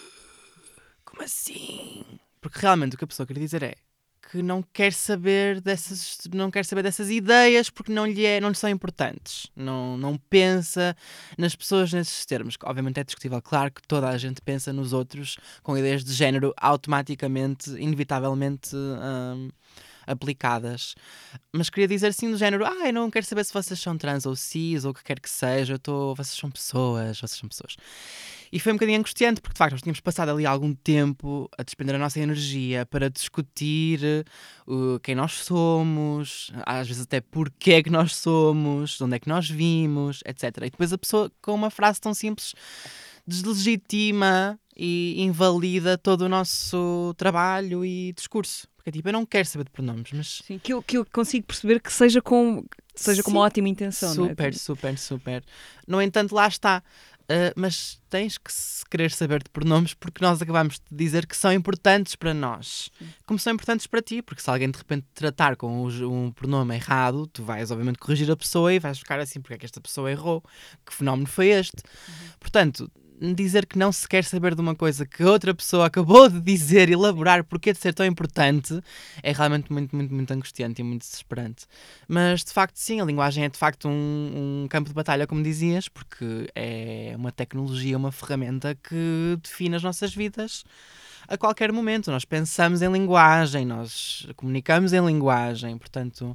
como assim? Porque realmente o que a pessoa quer dizer é que não quer saber dessas, não quer saber dessas ideias porque não lhe, é, não lhe são importantes. Não, não pensa nas pessoas nesses termos. Obviamente é discutível, claro que toda a gente pensa nos outros com ideias de género automaticamente, inevitavelmente hum, aplicadas. Mas queria dizer assim do género, ah, eu não quero saber se vocês são trans ou cis ou o que quer que seja, eu tô, vocês são pessoas, vocês são pessoas. E foi um bocadinho angustiante, porque de facto nós tínhamos passado ali algum tempo a despender a nossa energia para discutir uh, quem nós somos, às vezes até porquê é que nós somos, de onde é que nós vimos, etcétera. E depois a pessoa, com uma frase tão simples, deslegitima e invalida todo o nosso trabalho e discurso. Porque tipo, eu não quero saber de pronomes, mas... Sim, que eu, que eu consigo perceber que seja com, seja com uma ótima intenção, não é? Super, super, super. No entanto, lá está. Uh, mas tens que se querer saber de pronomes porque nós acabamos de dizer que são importantes para nós. Sim. Como são importantes para ti, porque se alguém de repente te tratar com um pronome errado, tu vais obviamente corrigir a pessoa e vais ficar assim, porque é que esta pessoa errou? Que fenómeno foi este? Uhum. Portanto, dizer que não se quer saber de uma coisa que outra pessoa acabou de dizer e elaborar porque de ser tão importante é realmente muito, muito, muito angustiante e muito desesperante. Mas de facto sim, a linguagem é de facto um, um campo de batalha, como dizias, porque é uma tecnologia, uma ferramenta que define as nossas vidas a qualquer momento. Nós pensamos em linguagem, nós comunicamos em linguagem, portanto...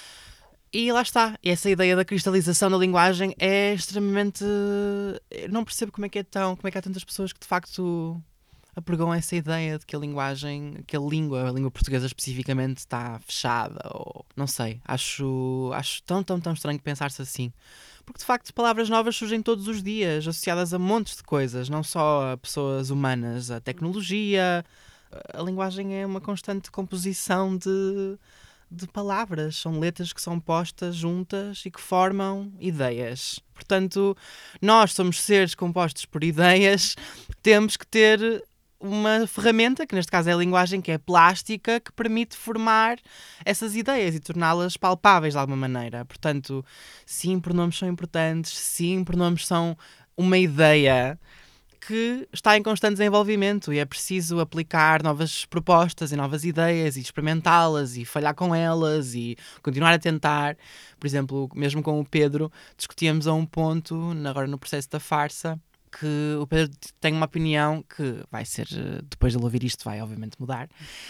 E lá está, essa ideia da cristalização da linguagem é extremamente... Eu não percebo como é que é tão... Como é que há tantas pessoas que de facto apregam essa ideia de que a linguagem, que a língua, a língua portuguesa especificamente está fechada, ou não sei, acho, acho tão, tão, tão estranho pensar-se assim. Porque de facto palavras novas surgem todos os dias, associadas a montes de coisas, não só a pessoas humanas, a tecnologia. A linguagem é uma constante composição de... de palavras, são letras que são postas juntas e que formam ideias. Portanto, nós somos seres compostos por ideias, temos que ter uma ferramenta, que neste caso é a linguagem, que é plástica, que permite formar essas ideias e torná-las palpáveis de alguma maneira. Portanto, sim, pronomes são importantes, sim, pronomes são uma ideia que está em constante desenvolvimento e é preciso aplicar novas propostas e novas ideias e experimentá-las e falhar com elas e continuar a tentar. Por exemplo, mesmo com o Pedro, discutíamos a um ponto, agora no processo da farsa, que o Pedro tem uma opinião que vai ser, depois de ele ouvir isto, vai obviamente mudar,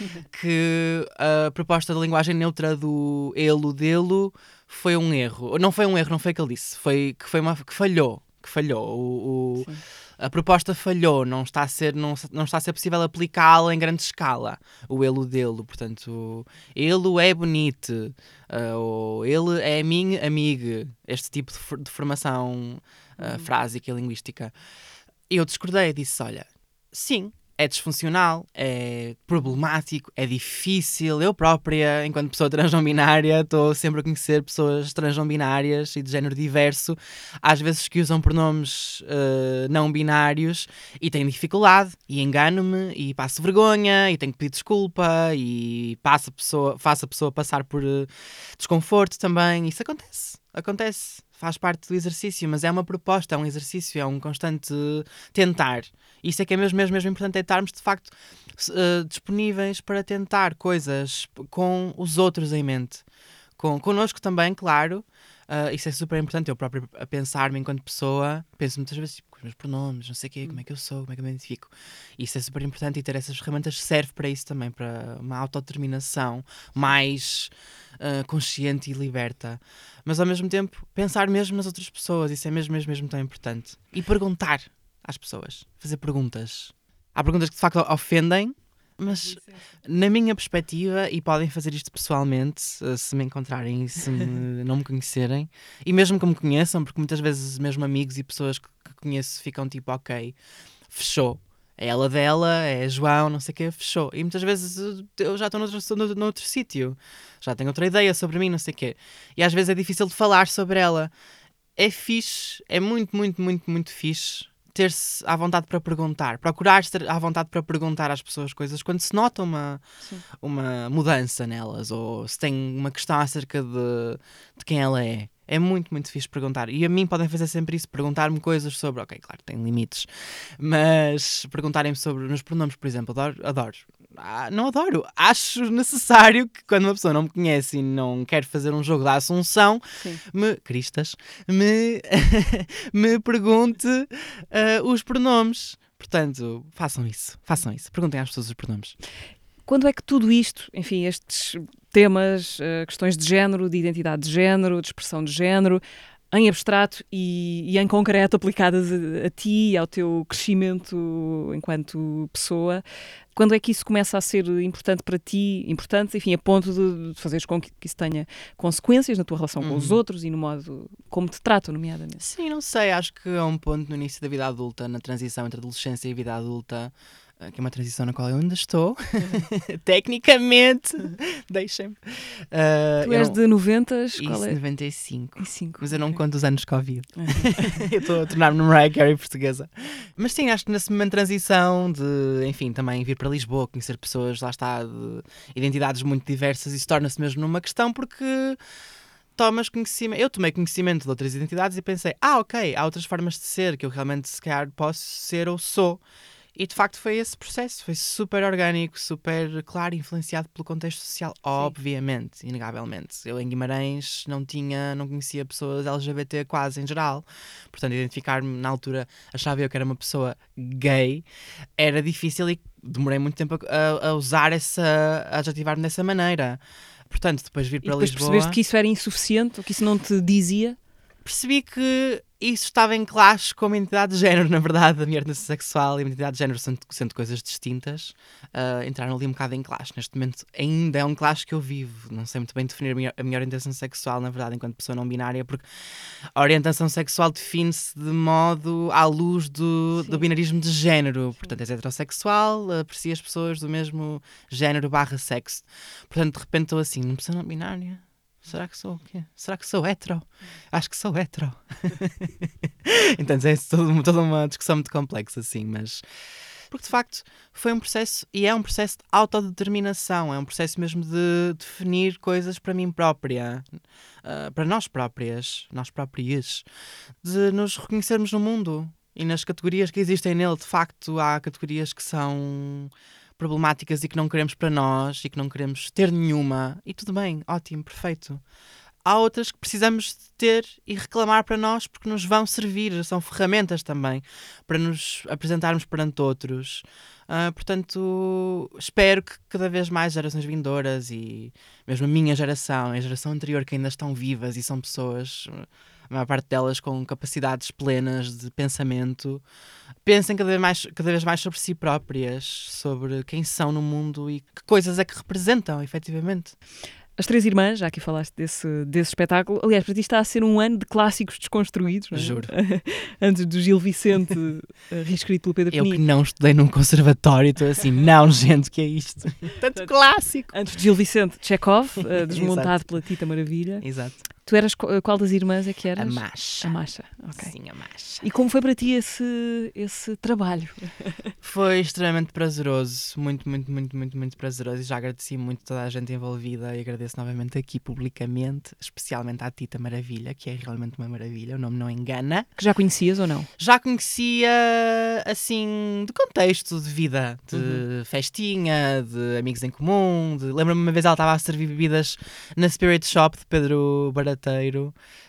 que a proposta da linguagem neutra do ele, dele, foi um erro. Não foi um erro, não foi o que ele disse, foi que, foi uma, que falhou. Que falhou. O, o, a proposta falhou, não está a ser, não, não está a ser possível aplicá-la em grande escala. O ele, dele, portanto, ele é bonito, uh, ou ele é minha amiga, este tipo de, for, de formação uh, uhum. frásica e linguística. Eu discordei, disse, olha, sim, é disfuncional, é problemático, é difícil. Eu própria, enquanto pessoa trans não binária, estou sempre a conhecer pessoas trans não binárias e de género diverso, às vezes que usam pronomes uh, não binários e têm dificuldade, e engano-me, e passo vergonha, e tenho que pedir desculpa, e passo a pessoa, faço a pessoa passar por uh, desconforto também. Isso acontece, acontece. Faz parte do exercício, mas é uma proposta, é um exercício, é um constante tentar. Isso é que é mesmo, mesmo, mesmo importante, é estarmos de facto uh, disponíveis para tentar coisas com os outros em mente. Com, connosco também, claro, uh, isso é super importante. Eu próprio a pensar-me enquanto pessoa, penso muitas vezes tipo, com os meus pronomes, não sei o quê, como é que eu sou, como é que eu me identifico. Isso é super importante e ter essas ferramentas serve para isso também, para uma autodeterminação mais uh, consciente e liberta. Mas ao mesmo tempo, pensar mesmo nas outras pessoas, isso é mesmo, mesmo, mesmo tão importante. E perguntar às pessoas, fazer perguntas. Há perguntas que de facto ofendem, mas na minha perspectiva, e podem fazer isto pessoalmente, se me encontrarem e se me, não me conhecerem, e mesmo que me conheçam, porque muitas vezes mesmo amigos e pessoas que, que conheço ficam tipo, ok, fechou. É ela dela, é João, não sei o quê, fechou. E muitas vezes eu já estou noutro, noutro, noutro sítio, já tenho outra ideia sobre mim, não sei o quê. E às vezes é difícil de falar sobre ela. É fixe, é muito, muito, muito, muito fixe ter-se à vontade para perguntar, procurar ter à vontade para perguntar às pessoas coisas quando se nota uma, uma mudança nelas, ou se tem uma questão acerca de, de quem ela é. É muito, muito fixe perguntar. E a mim podem fazer sempre isso, perguntar-me coisas sobre... Ok, claro, tem limites. Mas perguntarem-me sobre os meus pronomes, por exemplo. Adoro. adoro. Ah, não adoro. Acho necessário que quando uma pessoa não me conhece e não quer fazer um jogo da Assunção, Sim. me... Cristas. Me, me pergunte uh, os pronomes. Portanto, façam isso. Façam isso. Perguntem às pessoas os pronomes. Quando é que tudo isto, enfim, estes temas, uh, questões de género, de identidade de género, de expressão de género, em abstrato e, e em concreto aplicadas a, a ti, ao teu crescimento enquanto pessoa, quando é que isso começa a ser importante para ti, importante, enfim, a ponto de, de fazeres com que, que isso tenha consequências na tua relação uhum. com os outros e no modo como te tratam, nomeadamente? Sim, não sei, acho que é um ponto no início da vida adulta, na transição entre adolescência e vida adulta, que é uma transição na qual eu ainda estou, tecnicamente, deixem-me. Uh, tu és não... de noventa, Isso, qual é? noventa e cinco. E cinco, mas eu não okay. conto os anos Covid. Uhum. Eu estou a tornar-me Mariah Carey portuguesa. Mas sim, acho que nesse momento de transição, de, enfim, também vir para Lisboa, conhecer pessoas, lá está, de identidades muito diversas, isso torna-se mesmo numa questão porque... tomas conhecimento, eu tomei conhecimento de outras identidades e pensei, ah, ok, há outras formas de ser que eu realmente se calhar posso ser ou sou. E de facto foi esse processo, foi super orgânico, super claro, influenciado pelo contexto social, Sim. obviamente, inegavelmente. Eu em Guimarães não tinha, não conhecia pessoas L G B T quase em geral, portanto identificar-me na altura, achava eu que era uma pessoa gay, era difícil e demorei muito tempo a, a usar essa, a adjetivar-me dessa maneira. Portanto, depois vir para e depois Lisboa... percebeste que isso era insuficiente, ou que isso não te dizia? Percebi que isso estava em clash com a identidade de género, na verdade, a minha orientação sexual e a identidade de género sendo, sendo coisas distintas, uh, entraram ali um bocado em clash. Neste momento ainda é um clash que eu vivo, não sei muito bem definir a minha, a minha orientação sexual, na verdade, enquanto pessoa não binária, porque a orientação sexual define-se de modo à luz do, do binarismo de género. Sim. Portanto, és heterossexual, aprecias pessoas do mesmo género barra sexo. Portanto, de repente estou assim, não pessoa não binária. Será que sou o quê? Será que sou hetero? Acho que sou hetero. Então é toda, toda uma discussão muito complexa, assim, mas... Porque, de facto, foi um processo, e é um processo de autodeterminação, é um processo mesmo de definir coisas para mim própria, uh, para nós próprias, nós próprias, de nos reconhecermos no mundo e nas categorias que existem nele. De facto, há categorias que são... problemáticas e que não queremos para nós e que não queremos ter nenhuma, e tudo bem, ótimo, perfeito. há outras que precisamos de ter e reclamar para nós porque nos vão servir, são ferramentas também para nos apresentarmos perante outros. Uh, portanto, espero que cada vez mais gerações vindouras e mesmo a minha geração e a geração anterior que ainda estão vivas e são pessoas, a maior parte delas com capacidades plenas de pensamento, pensem cada vez mais, cada vez mais sobre si próprias, sobre quem são no mundo e que coisas é que representam, efetivamente. As Três Irmãs, já aqui falaste desse, desse espetáculo. Aliás, para ti está a ser um ano de clássicos desconstruídos, não é? Juro. Antes do Gil Vicente, reescrito pelo Pedro Eu que Penito. não estudei num conservatório, estou assim, não, gente, que é isto? Tanto clássico! Antes de Gil Vicente, Chekhov, uh, desmontado pela Tita Maravilha. Exato. Tu eras, qual das irmãs é que eras? A Masha. A Masha, ok. Sim, a Masha. E como foi para ti esse, esse trabalho? Foi extremamente prazeroso, muito, muito, muito, muito, muito prazeroso, e já agradeci muito toda a gente envolvida e agradeço novamente aqui publicamente, especialmente à Tita Maravilha, que é realmente uma maravilha, o nome não engana. Que já conhecias ou não? Já conhecia, assim, de contexto, de vida, de Uhum. festinha, de amigos em comum, de... lembro-me uma vez ela estava a servir bebidas na Spirit Shop de Pedro Barateiro,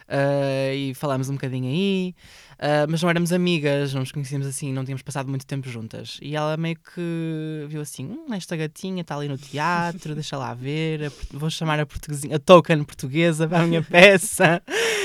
uh, e falámos um bocadinho aí, uh, mas não éramos amigas, não nos conhecíamos assim, não tínhamos passado muito tempo juntas, e ela meio que viu assim, hum, esta gatinha está ali no teatro, deixa lá ver, a, vou chamar a portuguesinha, a token portuguesa para a minha peça.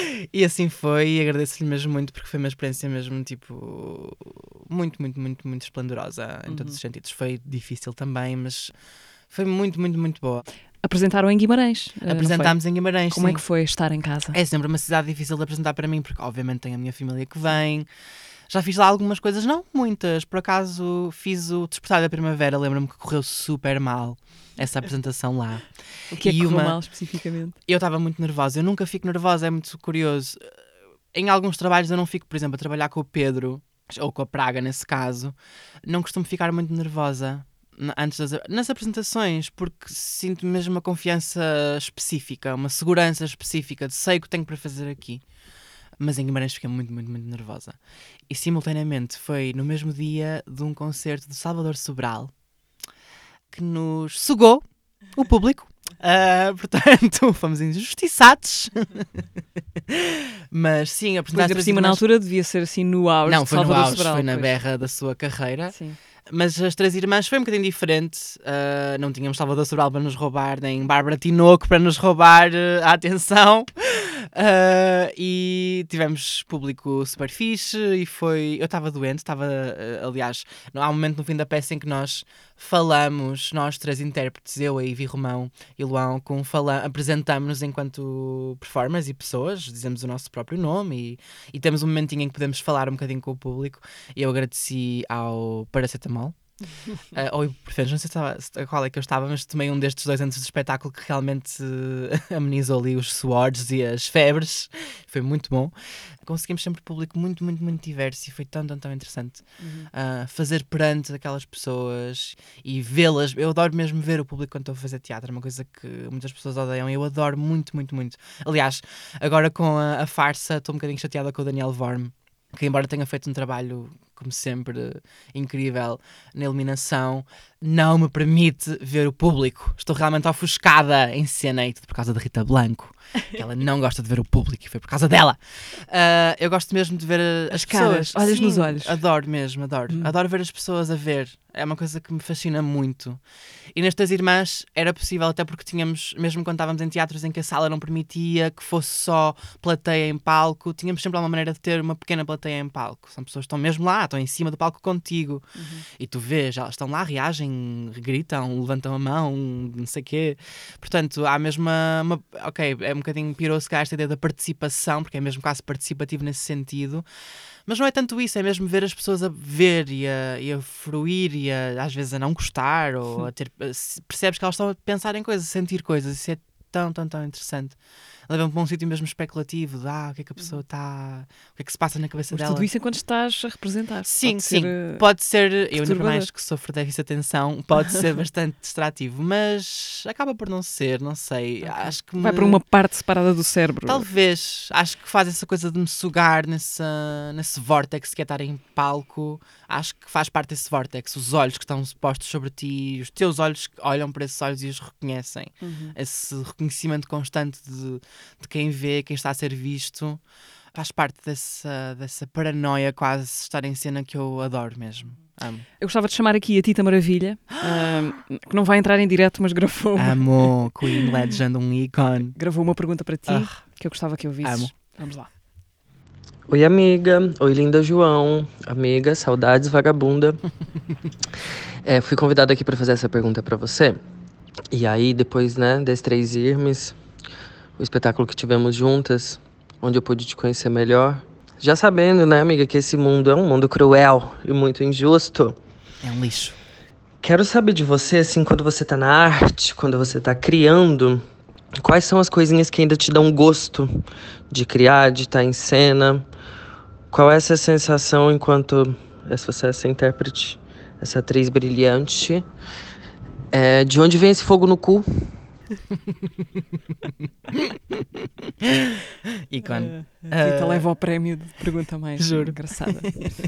E assim foi, e agradeço-lhe mesmo muito porque foi uma experiência mesmo, tipo, muito, muito, muito, muito esplendorosa em Uhum. todos os sentidos. Foi difícil também, mas foi muito, muito, muito boa. Apresentaram em Guimarães. uh, não foi? Apresentámos em Guimarães, Como sim. é que foi estar em casa? É sempre uma cidade difícil de apresentar para mim, porque obviamente tenho a minha família que vem. Já fiz lá algumas coisas, não muitas. Por acaso fiz o Despertar da Primavera, lembro-me que correu super mal essa apresentação lá. O que é que E correu uma- mal especificamente? Eu estava muito nervosa, eu nunca fico nervosa, é muito curioso. Em alguns trabalhos eu não fico, por exemplo, a trabalhar com o Pedro, ou com a Praga nesse caso, não costumo ficar muito nervosa na- antes das, nas apresentações, porque sinto mesmo uma confiança específica, uma segurança específica de sei o que tenho para fazer aqui. Mas em Guimarães fiquei muito, muito, muito nervosa. E simultaneamente foi no mesmo dia de um concerto de Salvador Sobral que nos sugou o público. Uh, portanto, fomos injustiçados. Mas sim, Pois, apresentar ainda por cima, na altura, devia ser assim no auge Não, de foi no Salvador auge, Sobral. foi na pois. berra da sua carreira. Sim. Mas as Três Irmãs foi um bocadinho diferente. Uh, não tínhamos Salvador Sobral para nos roubar, nem Bárbara Tinoco para nos roubar uh, a atenção. Uh, e tivemos público super fixe e foi... Eu estava doente, estava... Uh, aliás, há um momento no fim da peça em que nós falamos, nós três intérpretes, eu, a Ivy Romão e Luão, com fala... apresentamos-nos enquanto performers e pessoas, dizemos o nosso próprio nome e, e temos um momentinho em que podemos falar um bocadinho com o público. E eu agradeci ao Paracetamol. Uh, ou ibuprofenos, não sei se estava, se- qual é que eu estava, mas tomei um destes dois antes do espetáculo que realmente uh, amenizou ali os suores e as febres. Foi muito bom. Conseguimos sempre público muito, muito, muito diverso e foi tão, tão, tão interessante Uhum. uh, fazer perante aquelas pessoas e vê-las. Eu adoro mesmo ver o público quando estou a fazer teatro, é uma coisa que muitas pessoas odeiam e eu adoro muito, muito, muito. Aliás, agora com a, a farsa, estou um bocadinho chateada com o Daniel Vorm, que embora tenha feito um trabalho, como sempre, incrível na iluminação, não me permite ver o público. Estou realmente ofuscada em cena e tudo por causa da Rita Blanco, que ela não gosta de ver o público e foi por causa dela. Ah, eu gosto mesmo de ver as, As caras, pessoas. olhas Sim, nos olhos. Adoro mesmo, adoro. Hum. Adoro ver as pessoas a ver. É uma coisa que me fascina muito. E nestas irmãs era possível, até porque tínhamos, mesmo quando estávamos em teatros em que a sala não permitia que fosse só plateia em palco, tínhamos sempre uma maneira de ter uma pequena plateia em palco. São pessoas que estão mesmo lá, estão em cima do palco contigo. Uhum. E tu vês, elas estão lá, reagem, gritam, levantam a mão, não sei o quê. Portanto, há mesmo uma, uma... Ok, é um bocadinho pirou-se cá esta ideia da participação, porque é mesmo quase participativo nesse sentido. Mas não é tanto isso, é mesmo ver as pessoas a ver e a, e a fruir e a, às vezes a não gostar ou a ter... Percebes que elas estão a pensar em coisas, a sentir coisas. Isso é tão, tão, tão interessante. Leva-me para um sítio mesmo especulativo de ah, o que é que a pessoa está... O que é que se passa na cabeça Mas dela. tudo isso enquanto estás a representar. Sim, Pode sim. ser, uh, Pode ser, eu ainda por perturbador. mais que sofro de déficit de atenção, pode ser bastante distrativo, mas acaba por não ser, não sei. Ok. Acho que Vai me- para uma parte separada do cérebro. Talvez, acho que faz essa coisa de me sugar nessa, nesse vórtex que é estar em palco. Acho que faz parte desse vórtex. Os olhos que estão postos sobre ti, os teus olhos que olham para esses olhos e os reconhecem. Uhum. Esse reconhecimento constante de de quem vê, quem está a ser visto. Faz parte dessa, dessa paranoia quase de estar em cena que eu adoro mesmo. Amo. Eu gostava de chamar aqui a Tita Maravilha, uh, que não vai entrar em direto, mas gravou uma, Amo, Queen Legend, um ícone. gravou uma pergunta para ti, Ah, que eu gostava que eu visses. amo. Vamos lá. Oi, amiga. Oi, linda João. Amiga, saudades, vagabunda. É, fui convidada aqui para fazer essa pergunta para você. E aí, depois, né, das Três Irmes, o espetáculo que tivemos juntas, onde eu pude te conhecer melhor. Já sabendo, né, amiga, que esse mundo é um mundo cruel e muito injusto. É um lixo. Quero saber de você, assim, quando você tá na arte, quando você tá criando, quais são as coisinhas que ainda te dão gosto de criar, de estar em cena? Qual é essa sensação enquanto você é essa intérprete, essa atriz brilhante? É, de onde vem esse fogo no cu? Ícone. Uh, a Tita Uh, leva o prémio de pergunta mais juro. engraçada.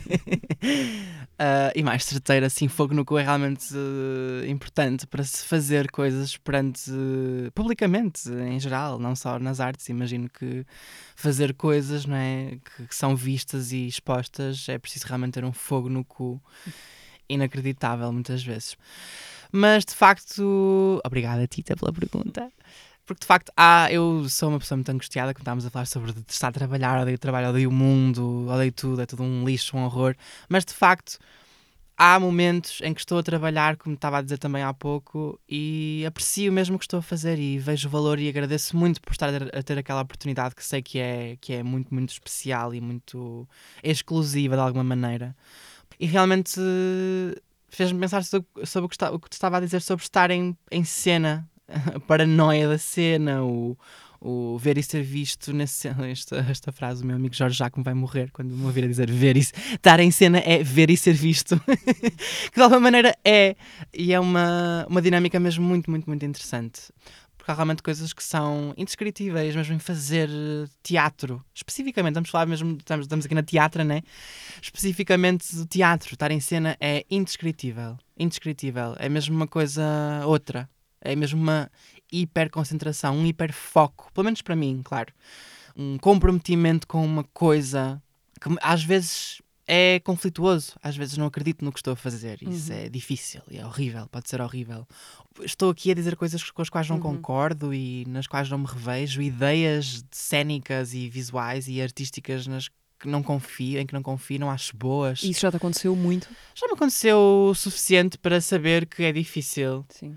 Uh, e mais certeira, assim, fogo no cu é realmente uh, importante para se fazer coisas perante, uh, publicamente, em geral, não só nas artes. Imagino que fazer coisas, não é, que, que são vistas e expostas, é preciso realmente ter um fogo no cu inacreditável, muitas vezes. Mas, de facto... Obrigada, Tita, pela pergunta. Porque, de facto, há, eu sou uma pessoa muito angustiada, quando estávamos a falar sobre de estar a trabalhar, odeio o trabalho, odeio o mundo, odeio tudo, é tudo um lixo, um horror. Mas, de facto, há momentos em que estou a trabalhar, como estava a dizer também há pouco, e aprecio mesmo o que estou a fazer e vejo o valor e agradeço muito por estar a ter aquela oportunidade que sei que é, que é muito, muito especial e muito exclusiva de alguma maneira. E realmente fez-me pensar sobre, sobre o, que está, o que te estava a dizer sobre estar em, em cena, a paranoia da cena, o, o ver e ser visto nesse, esta, esta frase, o meu amigo Jorge Jacome vai morrer quando me ouvir a dizer ver e, estar em cena é ver e ser visto. Que de alguma maneira é, e é uma, uma dinâmica mesmo muito, muito, muito interessante. Porque há realmente coisas que são indescritíveis, mesmo em fazer teatro. Especificamente, vamos falar mesmo, estamos, estamos aqui na teatra, né? Especificamente do teatro, estar em cena é indescritível. Indescritível. É mesmo uma coisa outra. É mesmo uma hiperconcentração, um hiperfoco. Pelo menos para mim, claro. Um comprometimento com uma coisa que às vezes é conflituoso. Às vezes não acredito no que estou a fazer. Isso uhum. é difícil e é horrível. Pode ser horrível. Estou aqui a dizer coisas com as quais não uhum. concordo e nas quais não me revejo. Ideias cénicas e visuais e artísticas nas que não confio, em que não confio, não acho boas. E isso já te aconteceu muito? Já me aconteceu o suficiente para saber que é difícil. Sim.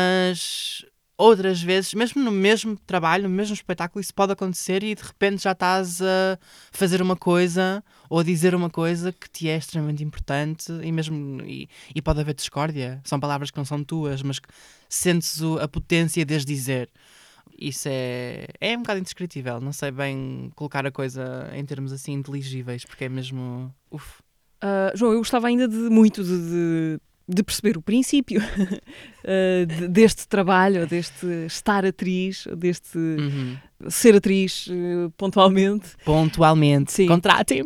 Mas outras vezes, mesmo no mesmo trabalho, no mesmo espetáculo, isso pode acontecer e de repente já estás a fazer uma coisa ou a dizer uma coisa que te é extremamente importante e mesmo e, e pode haver discórdia. São palavras que não são tuas, mas que sentes o, a potência de as dizer. Isso é, é um bocado indescritível. Não sei bem colocar a coisa em termos assim inteligíveis, porque é mesmo... Uf. Uh, João, eu gostava ainda de muito de... de... de perceber o princípio uh, de, deste trabalho, deste estar atriz, deste uhum. ser atriz uh, pontualmente. Pontualmente. Sim. Contratem-me.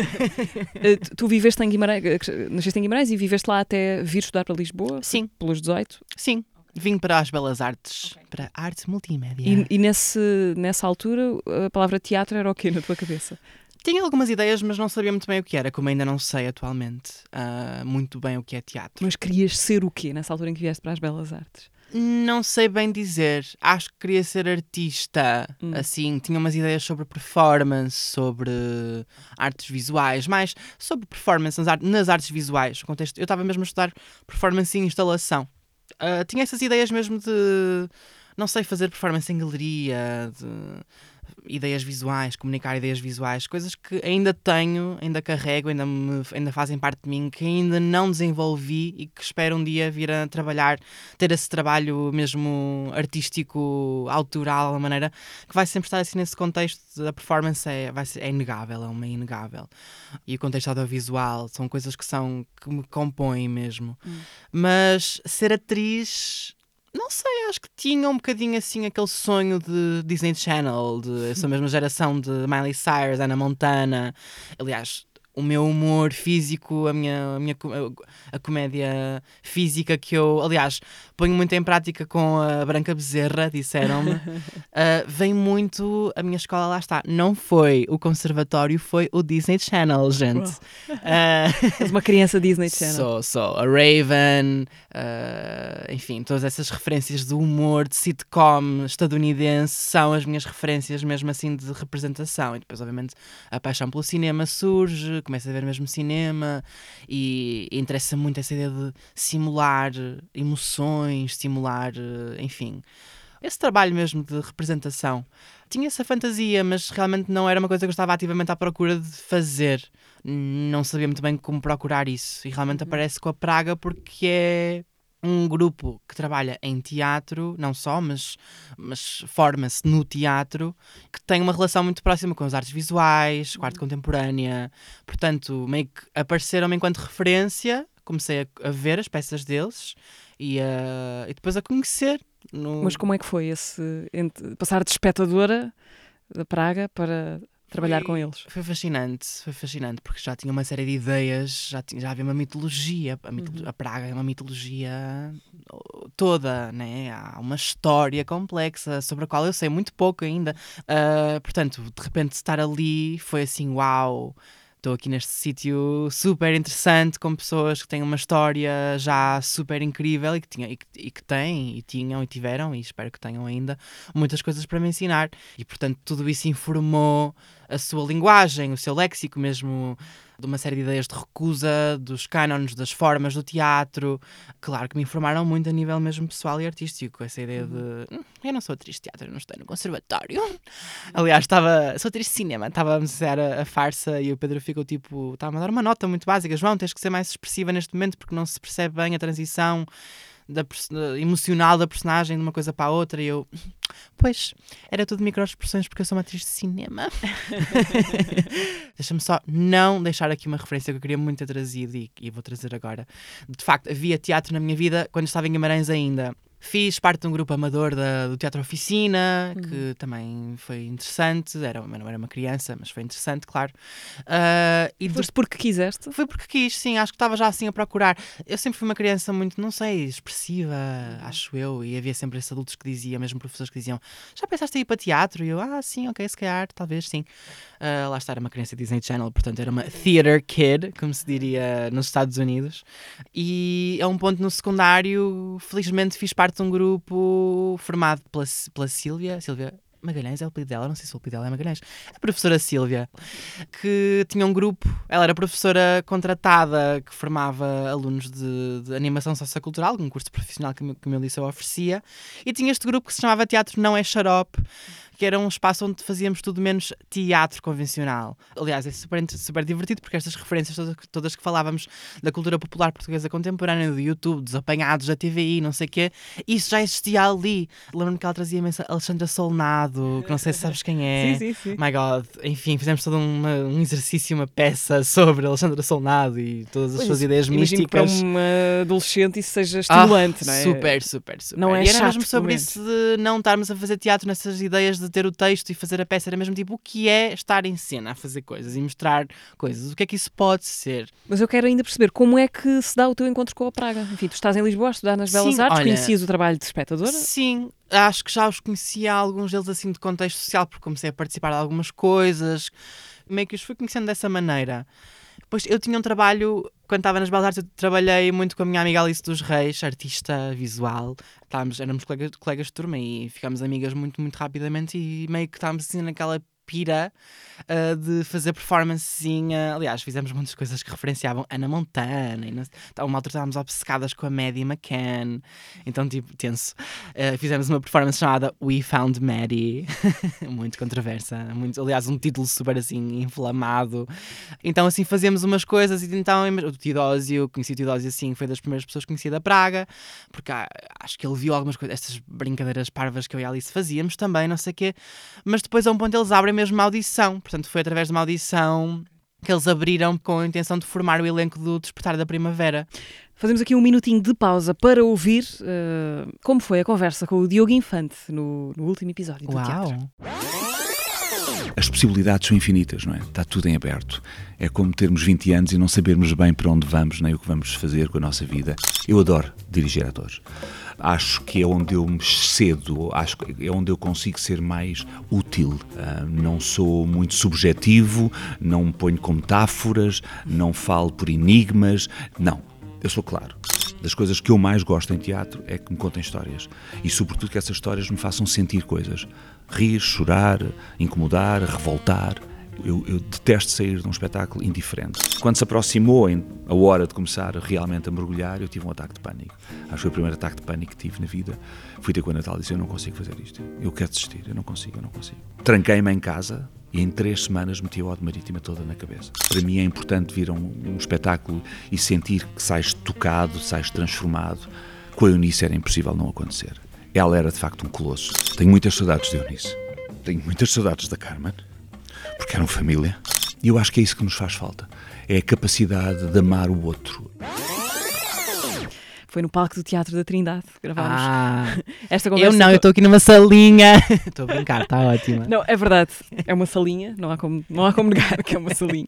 uh, tu, tu viveste em Guimarães, nasceste em Guimarães e viveste lá até vir estudar para Lisboa? Sim. Pelos dezoito? Sim. Vim para as Belas Artes, okay. para a arte multimédia. E, e nesse, nessa altura a palavra teatro era o quê na tua cabeça? Tinha algumas ideias, mas não sabia muito bem o que era, como ainda não sei atualmente uh, muito bem o que é teatro. Mas querias ser o quê nessa altura em que vieste para as Belas Artes? Não sei bem dizer. Acho que queria ser artista. Hum. Assim, tinha umas ideias sobre performance, sobre artes visuais, mais sobre performance nas, art- nas artes visuais. No contexto, eu estava mesmo a estudar performance e instalação. Uh, tinha essas ideias mesmo de, não sei, fazer performance em galeria, de ideias visuais, comunicar ideias visuais, coisas que ainda tenho, ainda carrego, ainda, me, ainda fazem parte de mim, que ainda não desenvolvi e que espero um dia vir a trabalhar, ter esse trabalho mesmo artístico, autoral, de alguma maneira, que vai sempre estar assim nesse contexto. A performance é, vai ser, é inegável, é uma inegável. E o contexto audiovisual são coisas que, são, que me compõem mesmo. Hum. Mas ser atriz... Não sei, acho que tinha um bocadinho assim aquele sonho de Disney Channel, de essa mesma geração de Miley Cyrus, Hannah Montana. Aliás, o meu humor físico, a minha, a minha a comédia física que eu... Aliás, ponho muito em prática com a Branca Bezerra, disseram-me, uh, vem muito a minha escola, lá está. Não foi o conservatório, foi o Disney Channel, gente. Uh, És uma criança Disney Channel. Sou, sou. A Raven, uh, enfim, todas essas referências de humor, de sitcom estadunidense, são as minhas referências mesmo assim de representação. E depois, obviamente, a paixão pelo cinema surge, começo a ver mesmo cinema e, e interessa muito essa ideia de simular emoções, simular, enfim, esse trabalho mesmo de representação. Tinha essa fantasia, mas realmente não era uma coisa que eu estava ativamente à procura de fazer. Não sabia muito bem como procurar isso. E realmente Uhum. aparece com a Praga porque é um grupo que trabalha em teatro, não só, mas, mas forma-se no teatro, que tem uma relação muito próxima com as artes visuais, com a arte contemporânea. Portanto, meio que apareceram-me enquanto referência, comecei a, a ver as peças deles e, a, e depois a conhecer. No... Mas como é que foi esse entre- passar de espectadora da Praga para trabalhar Foi- com eles? Foi fascinante, foi fascinante, porque já tinha uma série de ideias, já, tinha, já havia uma mitologia, a, mitolo- Uhum. a Praga é uma mitologia toda, né? Há uma história complexa sobre a qual eu sei muito pouco ainda. Ah, portanto, de repente estar ali foi assim, uau, estou aqui neste sítio super interessante, com pessoas que têm uma história já super incrível e que, tinha, e, que, e que têm, e tinham, e tiveram, e espero que tenham ainda, muitas coisas para me ensinar. E, portanto, tudo isso informou a sua linguagem, o seu léxico mesmo, de uma série de ideias de recusa, dos cânones, das formas do teatro. Claro que me informaram muito a nível mesmo pessoal e artístico. Essa ideia de, hum, eu não sou atriz de teatro, eu não estou no conservatório. Aliás, estava, sou atriz de cinema, estávamos a a, a farsa e o Pedro ficou tipo, estava a dar uma nota muito básica. João, tens que ser mais expressiva neste momento porque não se percebe bem a transição da, emocional da personagem de uma coisa para a outra. E eu, pois, era tudo microexpressões porque eu sou uma atriz de cinema. Deixa-me só não deixar aqui uma referência que eu queria muito ter trazido e, e vou trazer agora. De facto, havia teatro na minha vida quando estava em Guimarães ainda. Fiz parte de um grupo amador da, do Teatro Oficina, que Uhum. também foi interessante. Era, não era uma criança, mas foi interessante, claro. Uh, e de- Foste porque quiseste? Foi porque quis, sim, acho que estava já assim a procurar. Eu sempre fui uma criança muito, não sei, expressiva, acho eu, e havia sempre esses adultos que diziam, mesmo professores que diziam, já pensaste em ir para teatro? E eu, ah, sim, ok, se calhar, talvez, sim. Uh, lá está, era uma criança Disney Channel, portanto era uma theater kid, como se diria nos Estados Unidos. E a um ponto no secundário, felizmente fiz parte de um grupo formado pela, pela Sílvia, Sílvia Magalhães é o apelido dela, não sei se o apelido dela é Magalhães, a professora Sílvia, que tinha um grupo, ela era professora contratada que formava alunos de, de animação sociocultural, um curso profissional que, que o meu liceu oferecia, e tinha este grupo que se chamava Teatro Não é Xarope, que era um espaço onde fazíamos tudo menos teatro convencional. Aliás, é super, super divertido porque estas referências todas, todas que falávamos da cultura popular portuguesa contemporânea, do YouTube, dos apanhados da T V I, não sei o quê, isso já existia ali. Lembro-me que ela trazia imensa Alexandra Solnado, que não sei se sabes quem é. Sim, sim, sim. My God, enfim, fizemos todo uma, um exercício, uma peça sobre Alexandra Solnado e todas as Pois, suas ideias imagino que para místicas. uma adolescente isso seja estimulante, Ah, não é? Super, super, super. Não é e era chato, mesmo sobre pelo isso de não estarmos a fazer teatro nessas ideias de ter o texto e fazer a peça. Era mesmo tipo, o que é estar em cena a fazer coisas e mostrar coisas? O que é que isso pode ser? Mas eu quero ainda perceber como é que se dá o teu encontro com a Praga. Enfim, tu estás em Lisboa a estudar nas Belas Sim, Artes, olha, conhecias o trabalho de espectadora? Sim, acho que já os conhecia, alguns deles assim de contexto social, porque comecei a participar de algumas coisas, meio que os fui conhecendo dessa maneira. Depois eu tinha um trabalho, quando estava nas Belas Artes, eu trabalhei muito com a minha amiga Alice dos Reis, artista visual. Estávamos, éramos colegas, colegas de turma e ficámos amigas muito, muito rapidamente e meio que estávamos assim naquela pira uh, de fazer performancezinha. Aliás, fizemos muitas coisas que referenciavam Ana Montana. E não, uma altura estávamos obcecadas com a Maddie McCann. Então, tipo, tenso. Uh, fizemos uma performance chamada We Found Maddie. Muito controversa. Muito, aliás, um título super assim, inflamado. Então, assim, fazíamos umas coisas e então o Tidósio, conheci o Tidósio assim, foi das primeiras pessoas que conheci da Praga, porque ah, acho que ele viu algumas coisas, estas brincadeiras parvas que eu e a Alice fazíamos também, não sei o quê. Mas depois a um ponto eles abrem mesmo uma audição, portanto foi através de uma audição que eles abriram com a intenção de formar o elenco do Despertar da Primavera. Fazemos aqui um minutinho de pausa para ouvir uh, como foi a conversa com o Diogo Infante no, no último episódio do Uau. teatro. As possibilidades são infinitas, não é? Está tudo em aberto. É como termos vinte anos e não sabermos bem para onde vamos, nem o que vamos fazer com a nossa vida. Eu adoro dirigir atores. Acho que é onde eu me cedo, acho que é onde eu consigo ser mais útil. Uh, não sou muito subjetivo, não me ponho com metáforas, não falo por enigmas. Não, eu sou claro. Das coisas que eu mais gosto em teatro é que me contem histórias. E sobretudo que essas histórias me façam sentir coisas. Rir, chorar, incomodar, revoltar. Eu, eu detesto sair de um espetáculo indiferente. Quando se aproximou a hora de começar realmente a mergulhar, eu tive um ataque de pânico. Acho que foi o primeiro ataque de pânico que tive na vida. Fui ter com a Natal e disse, eu não consigo fazer isto. Eu quero desistir, eu não consigo, eu não consigo. Tranquei-me em casa e em três semanas meti a Ode Marítima toda na cabeça. Para mim é importante vir a um, um espetáculo e sentir que sais tocado, sais transformado. Com a Eunice era impossível não acontecer. Ela era de facto um colosso. Tenho muitas saudades de Eunice. Tenho muitas saudades da Carmen. Porque eram família. E eu acho que é isso que nos faz falta. É a capacidade de amar o outro. Foi no palco do Teatro da Trindade que gravámos Ah, esta conversa. eu não, eu estou aqui numa salinha. Estou a brincar, está ótima. Não, é verdade. É uma salinha. Não há como, não há como negar que é uma salinha.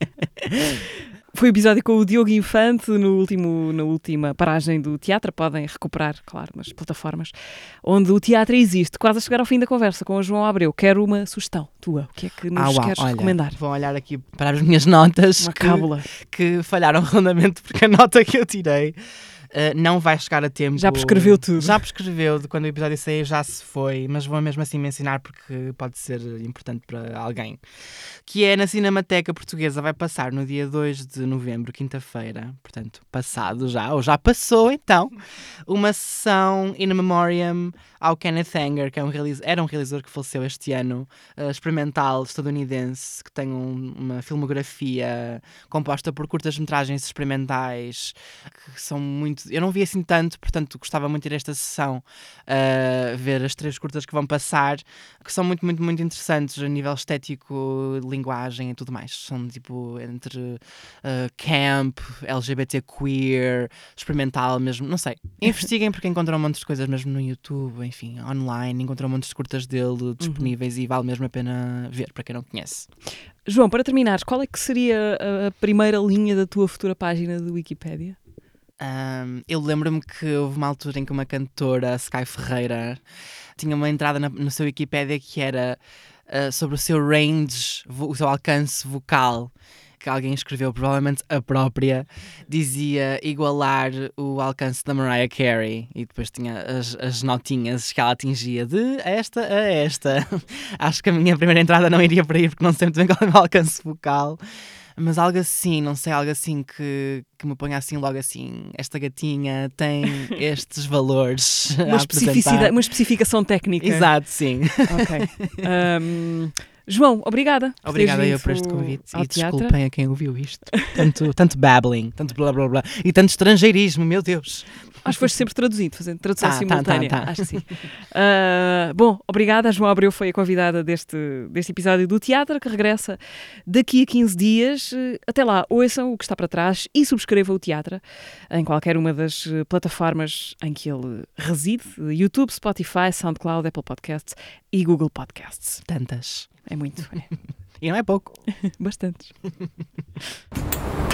Foi o episódio com o Diogo Infante no último, na última paragem do teatro. Podem recuperar, claro, nas plataformas onde o teatro existe. Quase a chegar ao fim da conversa com o João Abreu. Quero uma sugestão tua. O que é que nos Ah, uau, queres olha, recomendar? Vou olhar aqui para as minhas notas Uma que, cábula. que falharam redondamente porque a nota que eu tirei Uh, não vai chegar a tempo. Já prescreveu tudo. Já prescreveu, de quando o episódio sair já se foi, mas vou mesmo assim mencionar porque pode ser importante para alguém. Que é na Cinemateca Portuguesa, vai passar no dia dois de novembro, quinta-feira, portanto, passado já, ou já passou então, uma sessão in memoriam ao Kenneth Anger, que é um realiz- era um realizador que faleceu este ano, uh, experimental estadunidense, que tem um, uma filmografia composta por curtas-metragens experimentais, que são muito... Eu não vi assim tanto, portanto gostava muito de ir a esta sessão uh, ver as três curtas que vão passar, que são muito, muito, muito interessantes a nível estético, linguagem e tudo mais. São tipo entre uh, camp, L G B T queer, experimental mesmo, não sei. Investiguem porque encontram um monte de coisas mesmo no YouTube, enfim, online, encontram um monte de curtas dele disponíveis uhum. e vale mesmo a pena ver, para quem não conhece. João, para terminares, qual é que seria a primeira linha da tua futura página do Wikipédia? Um, eu lembro-me que houve uma altura em que uma cantora, Sky Ferreira, tinha uma entrada na, no seu Wikipédia que era uh, sobre o seu range, vo, o seu alcance vocal, que alguém escreveu, provavelmente a própria, dizia igualar o alcance da Mariah Carey, e depois tinha as, as notinhas que ela atingia de esta a esta. Acho que a minha primeira entrada não iria para aí porque não sei muito bem qual é o meu alcance vocal. Mas algo assim, não sei, algo assim que, que me ponha assim logo assim, esta gatinha tem estes valores. Uma, especificidade, uma especificação técnica. Exato, sim. Ok. Um, João, obrigada. Obrigada eu por este convite e teatro. Desculpem a quem ouviu isto. Tanto, tanto babbling, tanto blá blá blá e tanto estrangeirismo, meu Deus. Acho que foste sempre traduzido, fazendo tradução ah, simultânea. Tá, tá, tá. Acho que sim. Uh, bom, obrigada. A João Abreu foi a convidada deste, deste episódio do Teatro, que regressa daqui a quinze dias. Até lá, ouçam o que está para trás e subscrevam o Teatro em qualquer uma das plataformas em que ele reside. YouTube, Spotify, SoundCloud, Apple Podcasts e Google Podcasts. Tantas. É muito. É. E não é pouco. Bastantes.